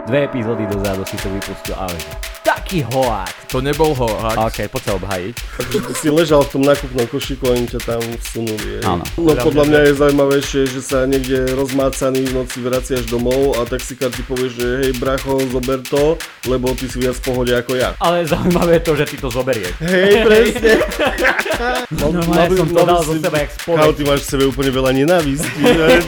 2 epizódy dozadu si to vypustil, ale taký hoák. To nebol hoák. OK, poď sa obhajiť. Takže ty si ležal v tom nákupnom košíku a oni ťa tam vsunuli. Áno. No podľa mňa je zaujímavejšie, že sa niekde rozmácaný v noci vraciaš domov a taxikár ti povie, že hej bracho, zober to, lebo ty si viac v pohode ako ja. Ale zaujímavé je to, že ty to zoberieš. Hej, presne. Normálne som to dal zo seba jak Kámo, spoveď. ty máš v sebe úplne veľa nenávisti.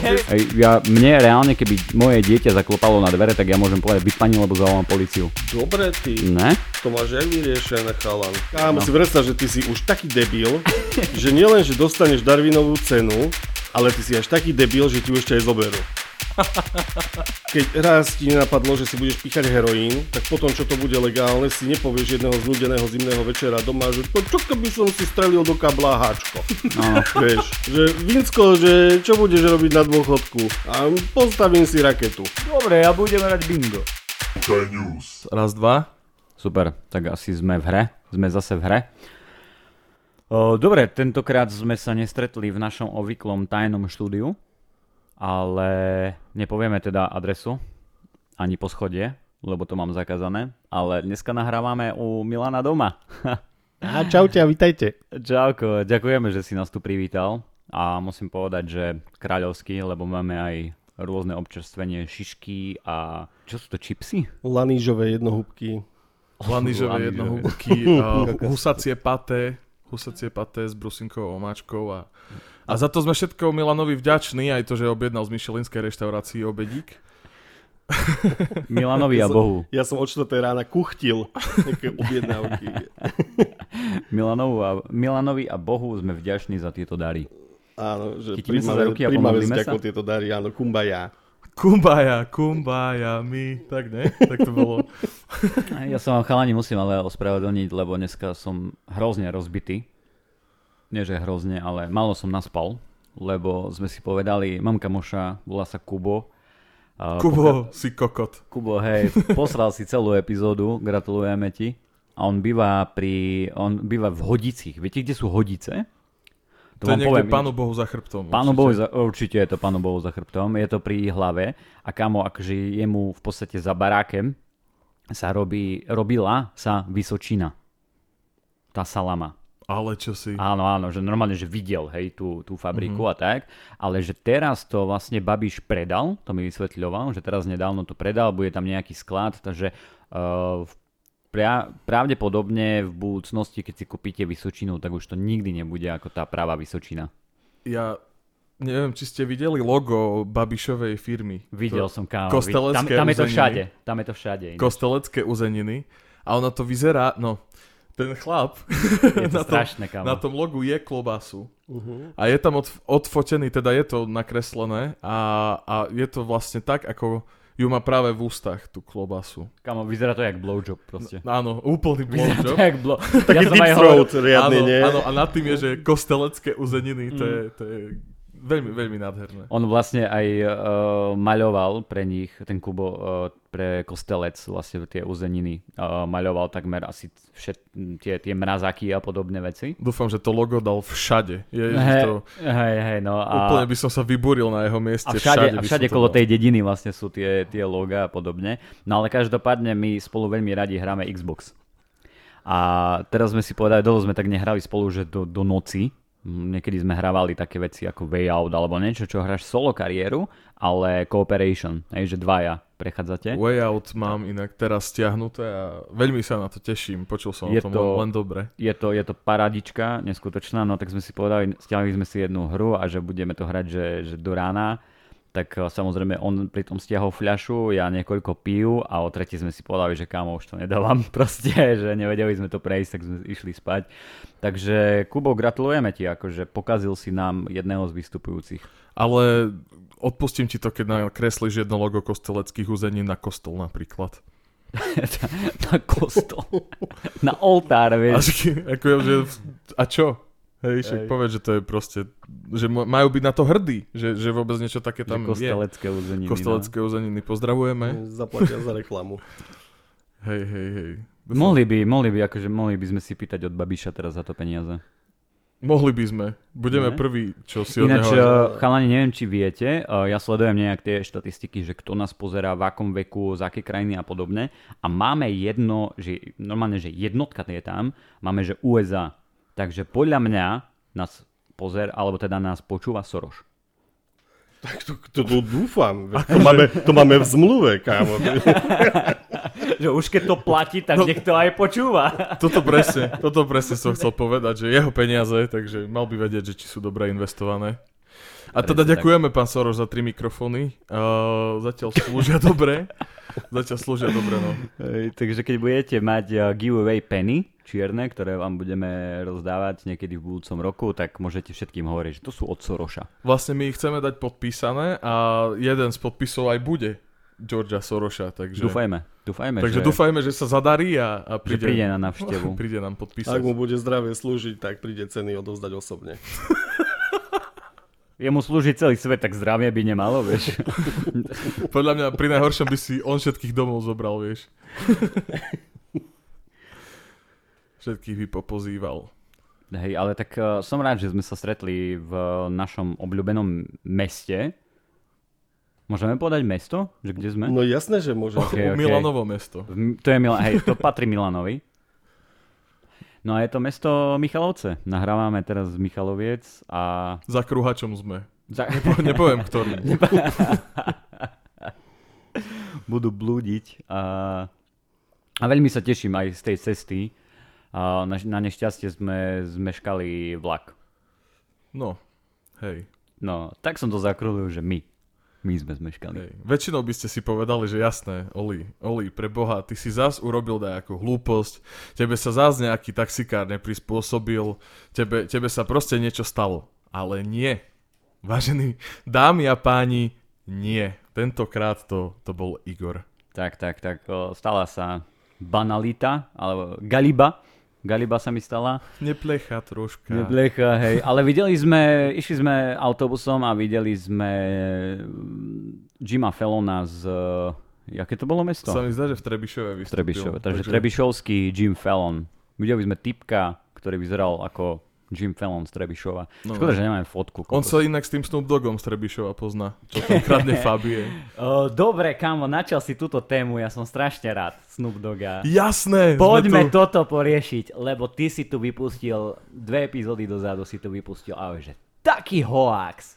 Mne reálne, keby moje dieťa zaklopalo na dvere, tak ja môžem povedať vypani, lebo zavolám políciu. Dobre ty, Ne? to máš aj vyriešené, chalan. Kámo, si predstav, že ty si už taký debil, že nielen, že dostaneš Darwinovú cenu, ale ty si až taký debil, že ti ju ešte aj zoberú. Keď raz ti nenapadlo, že si budeš píchať heroín, tak potom, čo to bude legálne, si nepovieš jedného znudeného zimného večera doma, že čo keby som si strelil do kabla háčko. No. Vieš, že Vinsko, že čo budeš robiť na dôchodku? A postavím si raketu. Dobre, ja budem hrať bingo. Raz, dva. Super, tak asi sme v hre. Sme zase v hre. Dobre, tentokrát sme sa nestretli v našom obvyklom tajnom štúdiu, ale nepovieme teda adresu, ani poschodie, lebo to mám zakázané, ale dneska nahrávame u Milana doma. A čaute a vitajte. Čauko, ďakujeme, že si nás tu privítal a musím povedať, že kráľovský, lebo máme aj rôzne občerstvenie, šišky a čo sú to, čipsy? Lanížové jednohúbky. Lanižové jednohúbky, husacie paté s brusinkovou omáčkou a za to sme všetko Milanovi vďační, aj to, že objednal z Michelinskej reštaurácii obedík. Milanovi a Bohu. Ja som od 4 rána kuchtil nejaké objednávky. Milanovi a Bohu sme vďační za tieto dary. Áno, že Chytíme sa za ruky a pomodlíme sa? ako tieto dary, áno, kumbaya. Kumbaya, my, tak ne? Tak to bolo. Ja sa vám chalani musím ale ospravedlniť, lebo dneska som hrozne rozbitý. Nie, že hrozne, ale málo som naspal, lebo sme si povedali, mám kamoša, volá sa Kubo. Kubo, si kokot. Kubo, hej, posral si celú epizódu, gratulujeme ti. A on býva v Hodicích. Viete, kde sú Hodice? To je niekde Pánu Bohu za chrbtom. Určite je to Pánu Bohu za chrbtom. Je to pri hlave. A kamo, akože jemu v podstate za barákem sa robila sa Vysočina. Tá salama. Ale čo si? Áno, že normálne, že videl, hej, tú fabriku a tak, ale že teraz to vlastne Babiš predal, to mi vysvetľoval, že teraz nedávno to predal, bude tam nejaký sklad, takže pravdepodobne v budúcnosti, keď si kúpite Vysočinu, tak už to nikdy nebude ako tá pravá Vysočina. Ja neviem, či ste videli logo Babišovej firmy. Videl som, kámo. Tam je to všade. Kostelecké uzeniny. A ono to vyzerá, no, ten chlap na tom logu je klobasu. A je tam odfotený, teda je to nakreslené a je to vlastne tak, ako ju má práve v ústach, tú klobasu. Kamo, vyzerá to jak blowjob proste. Áno, úplný blowjob. Taký deep throat riadny, nie? Áno, a nad tým je, že kostelecké uzeniny, to je veľmi, veľmi nádherné. On vlastne aj maľoval pre nich, ten Kubo, pre Kostelec, vlastne tie uzeniny, maľoval takmer asi tie mrazáky a podobné veci. Dúfam, že to logo dal všade. Hej, no a... Úplne by som sa vyburil na jeho mieste. A všade kolo tej dediny vlastne sú tie logá a podobne. No ale každopádne my spolu veľmi radi hráme Xbox. A teraz sme si povedali, dlho sme tak nehrali spolu, že do noci. Niekedy sme hrávali také veci ako Way Out alebo niečo, čo hráš solo kariéru, ale cooperation, že dvaja prechádzate. Way Out mám inak teraz stiahnuté a veľmi sa na to teším, počul som o tom len dobre. Je to paradička, neskutočná, no tak sme si povedali, stiahli sme si jednu hru a že budeme to hrať že do rána. Tak samozrejme on pri tom stiahol fľašu, ja niekoľko piju a o tretí sme si povedali, že kámo, už to nedávam proste, že nevedeli sme to prejsť, tak sme išli spať. Takže Kubo, gratulujeme ti, akože pokazil si nám jedného z vystupujúcich. Ale odpustím ti to, keď nakreslíš jedno logo kosteleckých uzenín na kostol napríklad. Na kostol. Na oltár, vieš. A čo? Hej, však povedz, že to je proste, že majú byť na to hrdí, že vôbec niečo také tam je. Kostelecké uzeniny, pozdravujeme. Zaplatia za reklamu. Hej. Mohli by sme si pýtať od Babiša teraz za to peniaze. Mohli by sme. Budeme prví, čo si od neho... Ináč, chalani, neviem, či viete, ja sledujem nejak tie štatistiky, že kto nás pozerá, v akom veku, z akej krajiny a podobne. A máme jedno, že normálne, že jednotka je tam, máme, že USA. Takže podľa mňa nás alebo teda nás počúva Soros. Tak to dúfam. To máme v zmluve, kámo. Že už keď to platí, tak nech to aj počúva. Toto presne som chcel povedať, že jeho peniaze, takže mal by vedieť, že či sú dobre investované. A teda ďakujeme, pán Soros, za 3 mikrofóny. Zatiaľ slúžia dobre. No. Takže keď budete mať giveaway penny čierne, ktoré vám budeme rozdávať niekedy v budúcom roku, tak môžete všetkým hovoriť, že to sú od Soroša. Vlastne my ich chceme dať podpísané a jeden z podpisov aj bude Georgia Soroša. Takže... Dúfajme. Dúfajme, že sa zadarí a príde na návštevu. Príde nám podpísať. Ak mu bude zdravie slúžiť, tak príde ceny odovzdať osobne. Jemu slúži celý svet, tak zdravie by nemalo, vieš. Podľa mňa pri najhoršom by si on všetkých domov zobral, vieš. Všetkých by popozýval. Hej, ale tak som rád, že sme sa stretli v našom obľúbenom meste. Môžeme povedať mesto? Že kde sme? No jasné, že môžeme. Okay. Milanovo mesto. To patrí Milanovi. No a je to mesto Michalovce. Nahrávame teraz z Michaloviec a... Za Kruhačom sme. Nepoviem, ktorý. Budú blúdiť. A veľmi sa teším aj z tej cesty. Na nešťastie sme zmeškali vlak. No, hej. No, tak som to zakrúlil, že my sme zmeškali. Hej. Väčšinou by ste si povedali, že jasné, Oli, pre Boha, ty si zás urobil nejakú hlúposť, tebe sa zás nejaký taxikár neprispôsobil, tebe sa proste niečo stalo. Ale nie. Vážení dámy a páni, nie. Tentokrát to bol Igor. Tak. Stala sa banalita, alebo Galiba sa mi stala. Neplecha troška. Hej. Ale išli sme autobusom a videli sme Jima Fallona z... Jaké to bolo mesto? Sa mi zdá, že v Trebišove vystúpil. Takže Trebišovský Jim Fallon. Videli sme typka, ktorý vyzeral ako Jim Fallon z Trebišova. No. Škoda, že nemáme fotku. On sa inak s tým Snoop Doggom z Trebišova pozná, čo tam kradne Fabie. Dobre, kámo, načal si túto tému, ja som strašne rád Snoop Dogga. Jasné! Poďme toto poriešiť, lebo ty si tu vypustil 2 epizódy dozadu, ale že taký hoax.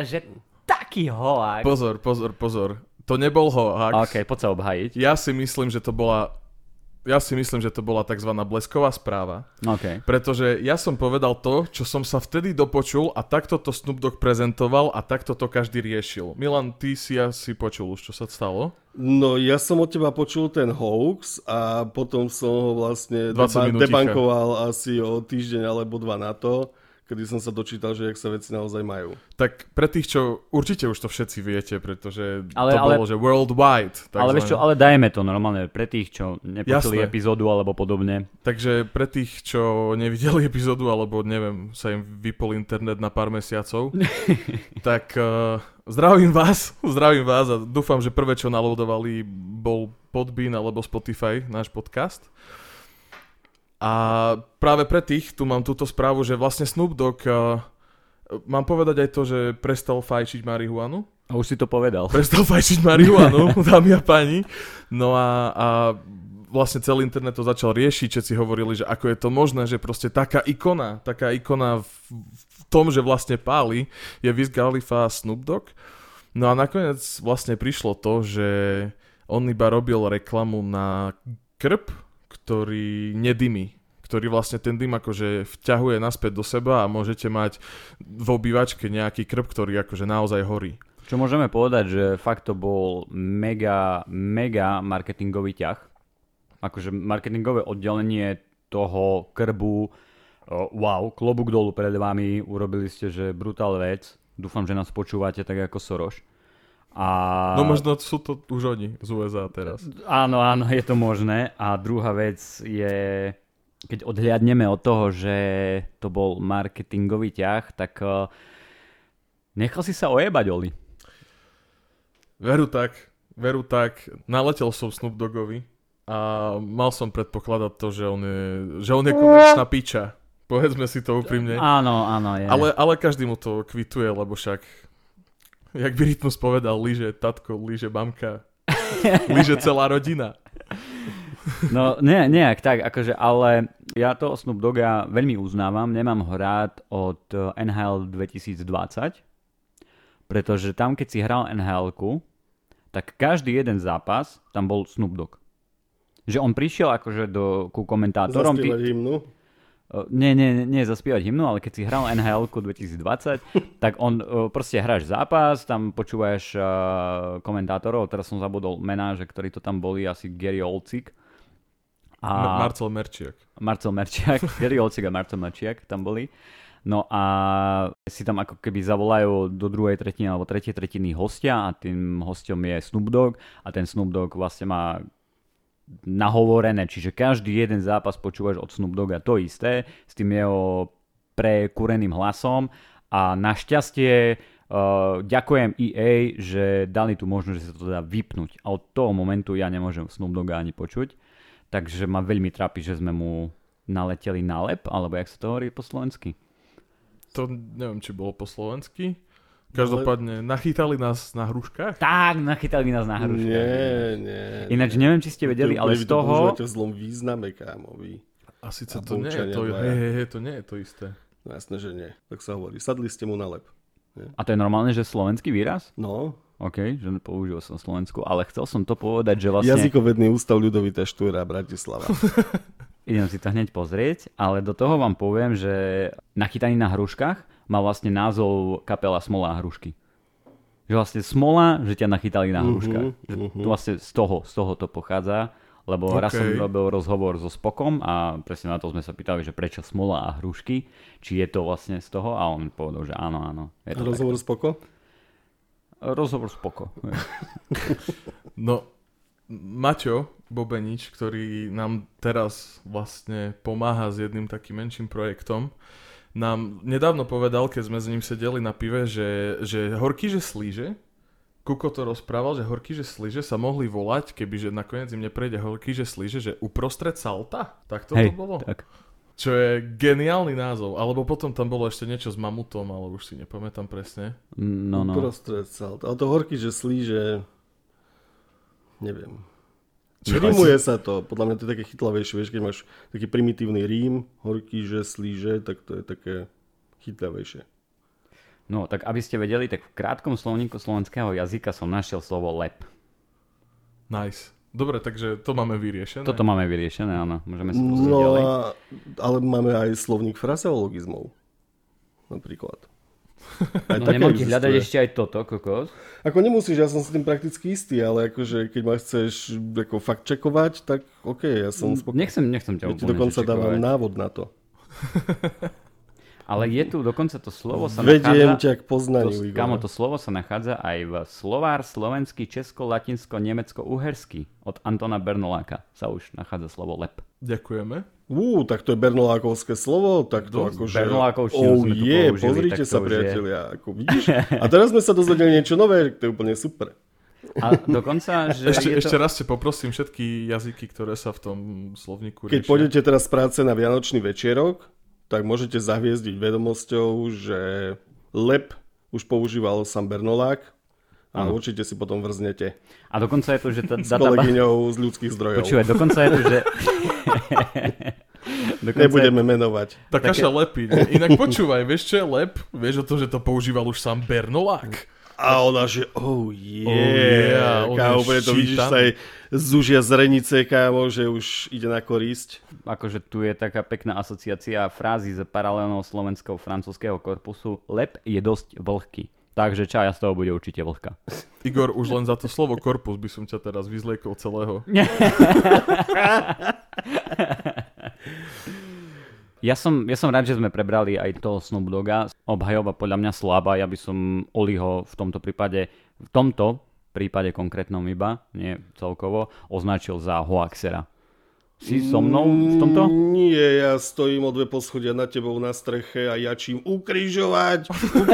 Pozor. To nebol hoax. OK, poď sa obhajiť. Ja si myslím, že to bola tzv. Blesková správa. Okay. Pretože ja som povedal to, čo som sa vtedy dopočul a takto to Snoop Dogg prezentoval a takto to každý riešil. Milan, ty si asi počul už, čo sa stalo? No, ja som od teba počul ten hoax a potom som ho vlastne debankoval asi o týždeň alebo 2 na to, kedy som sa dočítal, že jak sa veci naozaj majú. Tak pre tých, čo určite už to všetci viete, pretože bolo, že worldwide. Ale dajme to normálne pre tých, čo nepočuli epizódu alebo podobne. Takže pre tých, čo nevideli epizódu alebo neviem, sa im vypol internet na pár mesiacov, tak zdravím vás a dúfam, že prvé, čo naloadovali, bol Podbean alebo Spotify, náš podcast. A práve pre tých, tu mám túto správu, že vlastne Snoop Dogg, mám povedať aj to, že prestal fajčiť marihuanu. A už si to povedal. Prestal fajčiť marihuanu, dámy a páni. No a vlastne celý internet to začal riešiť, všetci hovorili, že ako je to možné, že proste taká ikona v tom, že vlastne páli, je Wiz Khalifa a Snoop Dogg. No a nakoniec vlastne prišlo to, že on iba robil reklamu na krb, ktorý nedymí, ktorý vlastne ten dym akože vťahuje naspäť do seba a môžete mať v obývačke nejaký krb, ktorý akože naozaj horí. Čo môžeme povedať, že fakt to bol mega marketingový ťah. Akože marketingové oddelenie toho krbu, wow, klobúk dolu pred vami, urobili ste, že brutál vec. Dúfam, že nás počúvate tak ako Soros. No možno sú to už oni z USA teraz. Áno, je to možné. A druhá vec je, keď odhliadneme od toho, že to bol marketingový ťah, tak nechal si sa ojebať, Oli. Veru tak. Naletel som Snoop Doggovi a mal som predpokladať to, že on je komerčná piča. Povedzme si to úprimne. Áno, je. Ale každý mu to kvituje, lebo však, jak by Rytmus povedal, líže tatko, líže mamka, líže celá rodina. No, nejak tak, akože, ale ja toho Snoop Dogga veľmi uznávam, nemám ho rád od NHL 2020, pretože tam, keď si hral NHL-ku, tak každý jeden zápas, tam bol Snoop Dogg. Že on prišiel akože ku komentátorom. Zaspievať hymnu? Nie zaspievať hymnu, ale keď si hral NHL-ku 2020, tak on proste hráš zápas, tam počúvaš komentátorov, teraz som zabudol mená, že ktorí to tam boli, asi Gary Olcik. A Marcel Merčiak, Gary Olcik a Marcel Merčiak tam boli. No a si tam ako keby zavolajú do druhej tretiny alebo tretej tretiny hostia a tým hostom je Snoop Dogg a ten Snoop Dogg vlastne má nahovorené, čiže každý jeden zápas počúvaš od Snoop Dogga to isté, s tým jeho prekúreným hlasom a našťastie ďakujem EA, že dali tu možnosť, že sa to dá vypnúť a od toho momentu ja nemôžem Snoop Dogga ani počuť, takže ma veľmi trápi, že sme mu naleteli na lep, alebo jak sa to hovorí po slovensky? To neviem, či bolo po slovensky. Každopádne, nachytali nás na hruškách? Tak, nachytali nás na hruškách. Nie. Ináč neviem, či ste vedeli, ale z toho... To v zlom význame, kámovi. A síce to nie je to, hej, to nie je to isté. No jasné, že nie. Tak sa hovorí, sadli ste mu na lep. Nie? A to je normálne, že slovenský výraz? No. OK, že použil som Slovensku, ale chcel som to povedať, že vlastne... Jazykovedný ústav Ľudovita Štúra, Bratislava. Idem si to hneď pozrieť, ale do toho vám poviem, že Nachytaní na hruškách má vlastne názov kapela Smola a hrušky. Že vlastne Smola, že ťa nachytali na hruškách. Že to vlastne z toho to pochádza, lebo raz som robil rozhovor so Spokom a presne na to sme sa pýtali, že prečo Smola a hrušky, či je to vlastne z toho a on povedal, že áno. Je to rozhovor takto. Spoko? Rozhovor Spoko. No, Maťo Bobenič, ktorý nám teraz vlastne pomáha s jedným takým menším projektom, nám nedávno povedal, keď sme s ním sedeli na pive, že horký, že slíže. Kuko to rozprával, že horký, že slíže sa mohli volať, kebyže nakoniec im neprejde horký, že slíže, že uprostred salta. Tak to bolo? Tak. Čo je geniálny názov. Alebo potom tam bolo ešte niečo s mamutom, ale už si nepamätám presne. No. Uprostred salta. Ale to horký, že slíže... Neviem. Rímuje sa to. Podľa mňa to je také chytlavejšie. Vieš, keď máš taký primitívny rím, horký, že slíže, tak to je také chytlavejšie. No, tak aby ste vedeli, tak v krátkom slovníku slovenského jazyka som našiel slovo lep. Nice. Dobre, takže to máme vyriešené. Toto máme vyriešené, áno. Môžeme sa pozrieť ďalej. Ale máme aj slovník frazeologizmov. Napríklad. No nemám ti hľadať ešte aj toto, kokos? Ako nemusíš, ja som si tým prakticky istý, ale akože keď ma chceš ako fakt čekovať, tak okej, ja som spokojný. Nechcem ťa úplne dokonca dávam návod na to. Ale je tu dokonca to slovo sa Vediem ťa k poznaniu, Igor. Kamo, to slovo sa nachádza aj v Slovár slovenský, česko, latinsko, nemecko, uherský. Od Antona Bernoláka sa už nachádza slovo lep. Ďakujeme. Tak to je bernolákovské slovo, tak to akože... Bernolákovštinu sme tu použili. Pozrite sa, priatelia, ako vidíš. A teraz sme sa dozvedeli niečo nové, to je úplne super. A dokonca, že ešte raz te poprosím všetky jazyky, ktoré sa v tom slovníku riešia. Keď pôjdete teraz z práce na Vianočný večierok, tak môžete zahviezdiť vedomosťou, že lep už používal sám Bernolák a určite si potom vrznete. A dokonca je to, že tá s kolegyňou z ľudských zdrojov. Počúvaj, dokonca je to, že... Nebudeme menovať. Tak kaša lepí. Inak počúvaj, vieš čo je lep? Vieš o to, že to používal už sám Bernolák? A ona, že kámo, to vidíš sa aj zúžia zrenice, kámo, že už ide na korisť. Akože tu je taká pekná asociácia frázy z paralelného slovenského francúzského korpusu. Lep je dosť vlhký. Takže čaja z toho bude určite vlhká. Igor, už len za to slovo korpus by som ťa teraz vyzliekol celého. Ja som rád, že sme prebrali aj toho Snoop Dogga. Obhajoba podľa mňa slabá. Ja by som Oliho v tomto prípade konkrétnom iba, nie celkovo, označil za hoaxera. Si so mnou v tomto? Nie, ja stojím o 2 poschodia nad tebou na streche a jačím ukrižovať.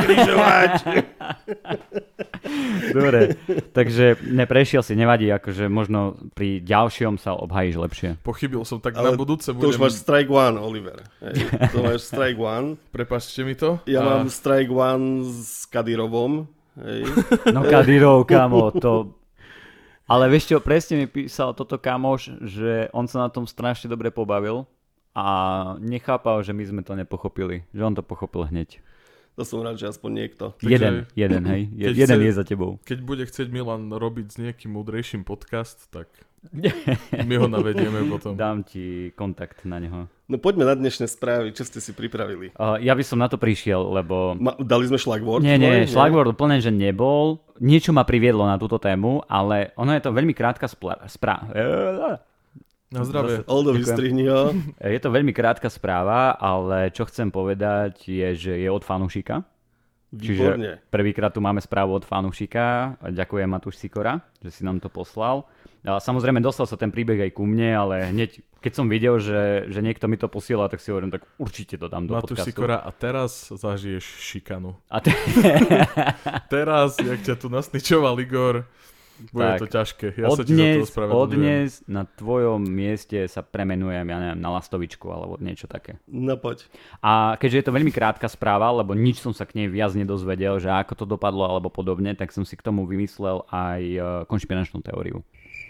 Dobre, takže neprešiel si, nevadí, akože možno pri ďalšom sa obhajíš lepšie. Pochybil som, tak ale na budúce budem... To už máš strike one, Oliver. Hej, to máš strike one. Prepáčte mi to. Ja mám strike one s Kadírovom. Hej. No Kadírov, kamo, to... Ale vieš čo, presne mi písal toto kamoš, že on sa na tom strašne dobre pobavil a nechápal, že my sme to nepochopili. Že on to pochopil hneď. To som rád, že aspoň niekto. Jeden, hej. Jeden je za tebou. Keď bude chcieť Milan robiť s niekým múdrejším podcast, tak my ho navedieme potom. Dám ti kontakt na neho. No poďme na dnešné správy, čo ste si pripravili. Ja by som na to prišiel, lebo... Dali sme šlagvord? Nie, šlagvord úplne, že nebol. Niečo ma priviedlo na túto tému, ale ono je to veľmi krátka správa. Na zdravie. Oldo, vystrihni ho. Je to veľmi krátka správa, ale čo chcem povedať je, že je od fanúšika. Výborne. Čiže prvýkrát tu máme správu od fanúšika. Ďakujem Matúš Sikora, že si nám to poslal. Samozrejme dostal sa ten príbeh aj ku mne, ale hneď keď som videl, že niekto mi to posiela, tak si hovorím, tak určite to dám do podcastu. Matúš Sikora, a teraz zažiješ šikanu. Teraz, jak ťa tu nasničoval Igor, bude to ťažké. Ja sa ti za to ospravedlňujem. Odnes na tvojom mieste sa premenujem, ja neviem, na lastovičku alebo niečo také. No poď. A keďže je to veľmi krátka správa, lebo nič som sa k nej viac nedozvedel, že ako to dopadlo alebo podobne, tak som si k tomu vymyslel aj konšpiračnú teóriu.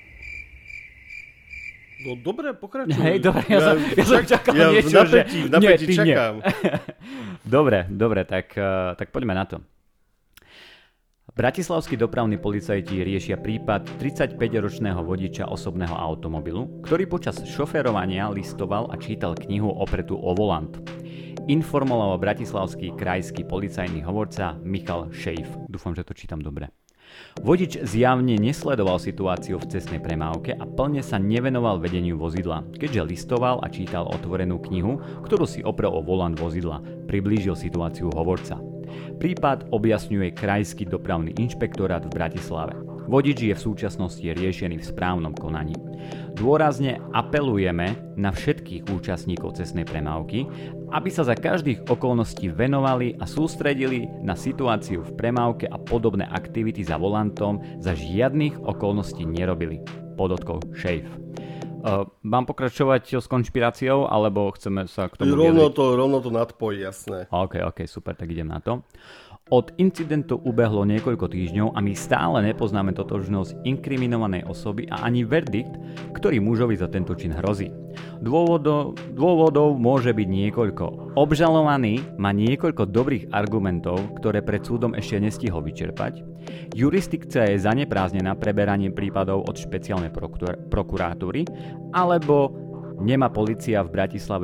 No dobre, pokračuj. Hej, dobre, ja som čakal niečo, že... V napätí čakám. Dobre, tak poďme na to. Bratislavskí dopravní policajti riešia prípad 35-ročného vodiča osobného automobilu, ktorý počas šoférovania listoval a čítal knihu opretú o volant. Informoval bratislavský krajský policajný hovorca Michal Šejf. Dúfam, že to čítam dobre. Vodič zjavne nesledoval situáciu v cestnej premávke a plne sa nevenoval vedeniu vozidla, keďže listoval a čítal otvorenú knihu, ktorú si oprel o volant vozidla, priblížil situáciu hovorca. Prípad objasňuje Krajský dopravný inšpektorát v Bratislave. Vodič je v súčasnosti riešený v správnom konaní. Dôrazne apelujeme na všetkých účastníkov cestnej premávky, aby sa za každých okolností venovali a sústredili na situáciu v premávke a podobné aktivity za volantom za žiadnych okolností nerobili, podotkol Šejf. Mám pokračovať s konšpiráciou, alebo chceme sa k tomu vyjadriť? Rovno to nadpoj, jasné. OK, super, tak idem na to. Od incidentu ubehlo niekoľko týždňov a my stále nepoznáme totožnosť inkriminovanej osoby a ani verdikt, ktorý mužovi za tento čin hrozí. Dôvodov môže byť niekoľko. Obžalovaný má niekoľko dobrých argumentov, ktoré pred súdom ešte nestihol vyčerpať. Jurisdikcia je zaneprázdnená preberanie prípadov od špeciálnej prokuratúry, alebo nemá polícia v Bratislave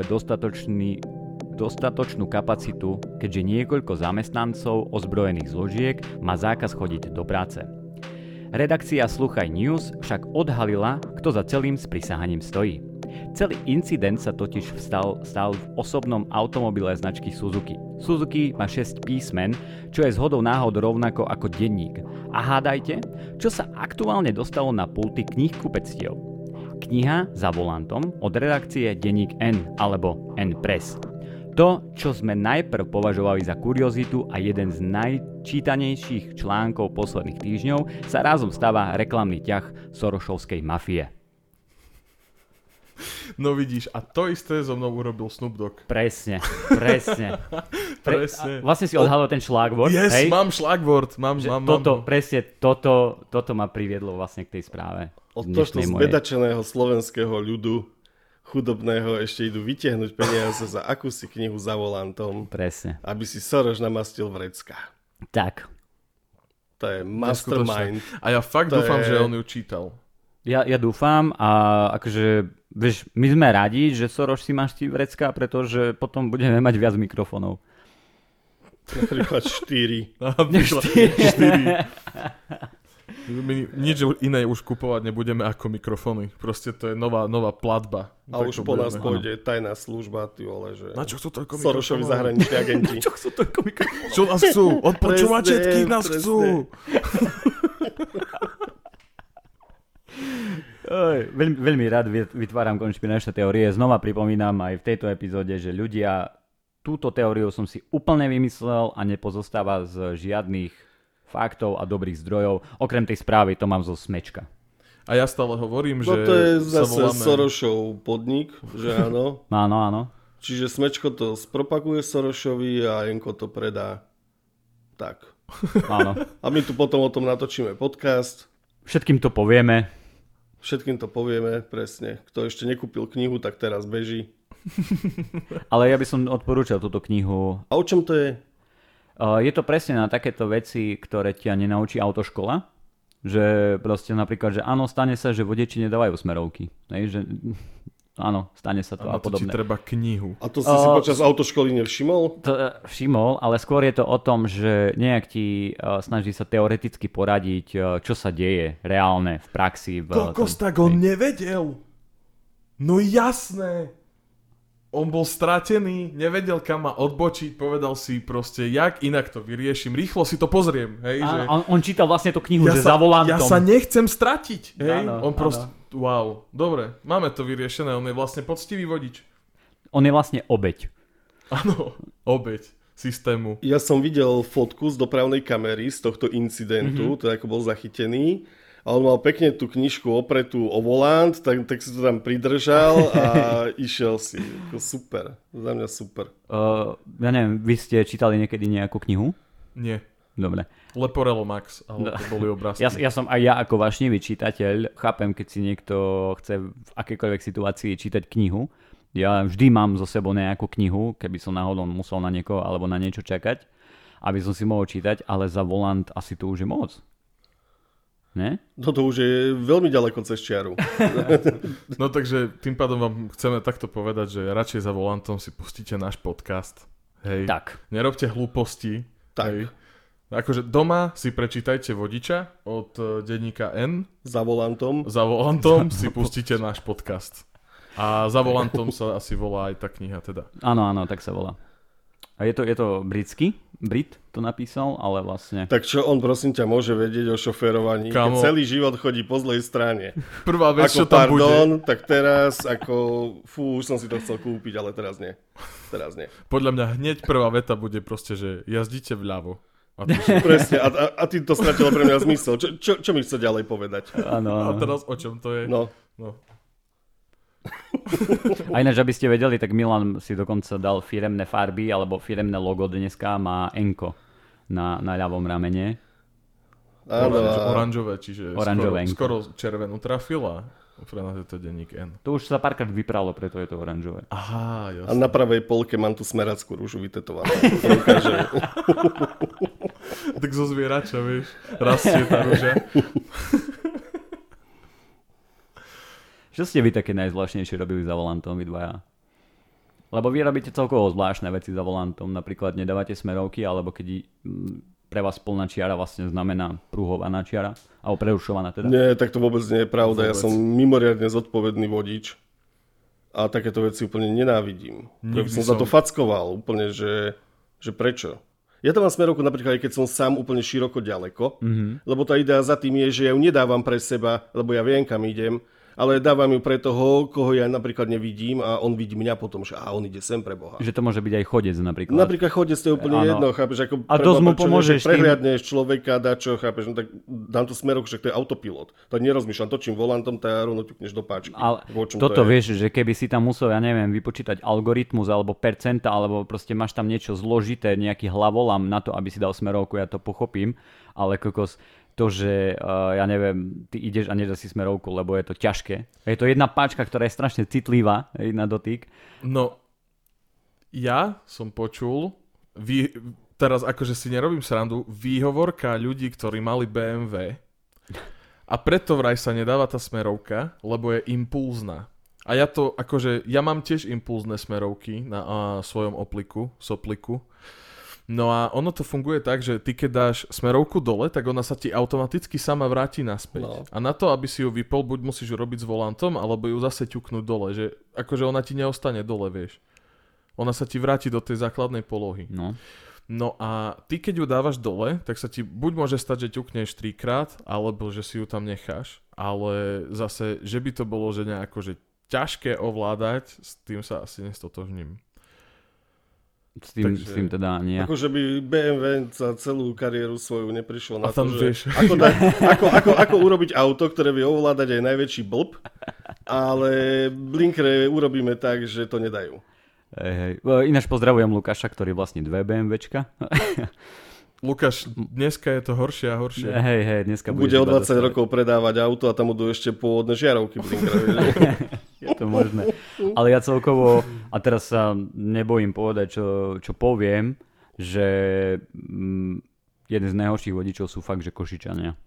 dostatočnú kapacitu, keďže niekoľko zamestnancov ozbrojených zložiek má zákaz chodiť do práce. Redakcia Sluchaj News však odhalila, kto za celým sprisahaním stojí. Celý incident sa totiž stal v osobnom automobile značky Suzuki. Suzuki má 6 písmen, čo je zhodou náhod rovnako ako denník. A hádajte, čo sa aktuálne dostalo na pulty knihkupectiev. Kniha Za volantom od redakcie Denník N alebo N-Press. To, čo sme najprv považovali za kuriozitu a jeden z najčítanejších článkov posledných týždňov, sa razom stáva reklamný ťah Sorosovskej mafie. No vidíš, a to isté so mnou urobil Snoop Dogg. Presne. Presne. Vlastne si odhalil ten šlagvord. Yes, hej? Mám šlagvord. Mám. Toto ma priviedlo vlastne k tej správe. Od tohto zbedačeného slovenského ľudu chudobného ešte idú vytiahnuť peniaze za akúsi knihu Za volantom. Presne. Aby si Soros namastil vrecka. Tak. To je mastermind. A ja fakt dúfam, že on ju čítal. Ja dúfam a akože, vieš, my sme radi, že Soros si máš tí vrecka, pretože potom budeme mať viac mikrofónov. Napríklad 4. 4. My nič iné už kupovať nebudeme ako mikrofóny. Proste to je nová platba. A tak už po nás pôjde tajná služba, ty vole, že... Na čo chcú toľko mikrofónov? Sorošovi zahraniční agenti. Na čo chcú toľko mikrofónov? Čo nás chcú? Odpočúvať všetkých nás chcú. Veľmi rád vytváram konšpiračné teórie. Znova pripomínam aj v tejto epizóde, že ľudia, túto teóriu som si úplne vymyslel a nepozostáva z žiadnych faktov a dobrých zdrojov. Okrem tej správy to mám zo Smečka. A ja stále hovorím, že to je zase voláme... Sorošov podnik, že áno. Áno. Čiže Smečko to spropaguje Sorošovi a Enko to predá tak. Áno. A my tu potom o tom natočíme podcast. Všetkým to povieme, presne. Kto ešte nekúpil knihu, tak teraz beží. Ale ja by som odporúčal túto knihu. A o čom to je? Je to presne na takéto veci, ktoré ťa nenaučí autoškola. Že proste napríklad, že áno, stane sa, že vodiči nedávajú smerovky. Že áno, stane sa to a podobne. A ti treba knihu. A to si počas autoškoly nevšimol? Všimol, ale skôr je to o tom, že nejak ti snaží sa teoreticky poradiť, čo sa deje reálne v praxi. Kokos, tak on nevedel. No jasné. On bol stratený, nevedel kam ma odbočiť, povedal si proste, jak inak to vyriešim, rýchlo si to pozriem. Hej, že... on čítal vlastne tú knihu, že za volantom. Ja sa nechcem stratiť. Hej? Áno, proste, wow, dobre, máme to vyriešené, on je vlastne poctivý vodič. On je vlastne obeť. Áno, obeť systému. Ja som videl fotku z dopravnej kamery z tohto incidentu, teda ako bol zachytený. A on mal pekne tú knižku opretú o volant, tak si to tam pridržal a išiel si. Super, za mňa super. Ja neviem, vy ste čítali niekedy nejakú knihu? Nie. Dobre. Leporello Max, ale to boli obrázky. Ja som aj ja ako vášnivý čitateľ, chápem, keď si niekto chce v akejkoľvek situácii čítať knihu. Ja vždy mám so sebou nejakú knihu, keby som náhodou musel na niekoho alebo na niečo čakať, aby som si mohol čítať, ale za volant asi to už je moc. Ne? No to už je veľmi ďaleko cez čiaru. No takže tým pádom vám chceme takto povedať, že radšej za volantom si pustíte náš podcast. Hej. Tak. Nerobte hlúposti. Tak. Hej. Akože doma si prečítajte Vodiča od denníka N. Za volantom. Za volantom si pustíte náš podcast. A za volantom sa asi volá aj tá kniha teda. Áno, tak sa volá. A je to britský? Brit to napísal, ale vlastne... Tak čo on, prosím ťa, môže vedieť o šoférovaní, keď celý život chodí po zlej strane? Prvá vec, ako čo tam bude... bude... tak teraz, už som si to chcel kúpiť, ale teraz nie. Podľa mňa hneď prvá veta bude proste, že jazdíte vľavo. Presne, a ty to stratilo pre mňa zmysel. Čo mi chce ďalej povedať? Áno. A teraz o čom to je? No. A ináč, aby ste vedeli, tak Milan si dokonca dal firemné farby, alebo firemné logo dneska má Enko na ľavom ramene. Áno. Oranžové, čiže skoro červenú trafil a pre nás je to denník N. To už sa párkrát vypralo, preto je to oranžové. Aha, jasne. A na pravej polke mám tú smerackú rúžu vytetovanú. Tak zo zvierača, vieš, rastie tá rúža. Čo ste vy také najzvláštnejšie robili za volantom, vy dvaja? Lebo vy robíte celkovo zvláštne veci za volantom, napríklad nedávate smerovky, alebo keď pre vás plná čiara vlastne znamená prúhovaná čiara, alebo prerušovaná teda. Nie, tak to vôbec nie je pravda, ja som mimoriadne zodpovedný vodič a takéto veci úplne nenávidím. Som za to fackoval úplne, že prečo? Ja tam mám smerovku napríklad aj keď som sám úplne široko ďaleko, lebo tá idea za tým je, že ja ju nedávam pre seba, lebo ja viem kam idem, ale dávam ju pre toho, koho ja napríklad nevidím a on vidí mňa potom, že on ide sem pre Boha. Že to môže byť aj chodec napríklad. Napríklad chodec to je úplne jedno, chápeš, ako a dosť mu pomôžeš tým. Prehliadneš človeka, dačo, chápeš, no tak dám tú smerovku, že to je autopilot. Tak nerozmýšľam, točím volantom, tak rovno ťukneš do páčky. Ale toto vieš, že keby si tam musel, ja neviem, vypočítať algoritmus alebo percenta, alebo proste máš tam niečo zložité, nejaký hlavolam na to, aby si dal smerovku, ja to pochopím, ale kokos to, že ja neviem, ty ideš a nedáš si smerovku, lebo je to ťažké. Je to jedna páčka, ktorá je strašne citlivá na dotyk. No, ja som počul, teraz akože si nerobím srandu, výhovorka ľudí, ktorí mali BMW a preto vraj sa nedáva tá smerovka, lebo je impulzná. A ja to, akože, ja mám tiež impulzné smerovky na svojom sopliku. No a ono to funguje tak, že ty keď dáš smerovku dole, tak ona sa ti automaticky sama vráti naspäť. No. A na to, aby si ju vypol, buď musíš robiť s volantom, alebo ju zase ťuknúť dole, že akože ona ti neostane dole, vieš. Ona sa ti vráti do tej základnej polohy. No a ty, keď ju dávaš dole, tak sa ti buď môže stať, že ťukneš 3-krát, alebo že si ju tam necháš. Ale zase, že by to bolo, že nejako, že ťažké ovládať, s tým sa asi nestotožním. S tým teda nie. Akože by BMW za celú kariéru svoju neprišlo na to, že ako urobiť auto, ktoré vie ovládať aj najväčší blb, ale Blinkre urobíme tak, že to nedajú. Hej. Ináč pozdravujem Lukáša, ktorý vlastní 2 BMWčka. Lukáš, dneska je to horšie a horšie. Hej, dneska bude o 20 rokov predávať auto a tam budú ešte pôvodné žiarovky Blinkre. Je to možné. Ale ja celkovo, a teraz sa nebojím povedať, čo poviem, že jeden z najhorších vodičov sú fakt, že Košičania.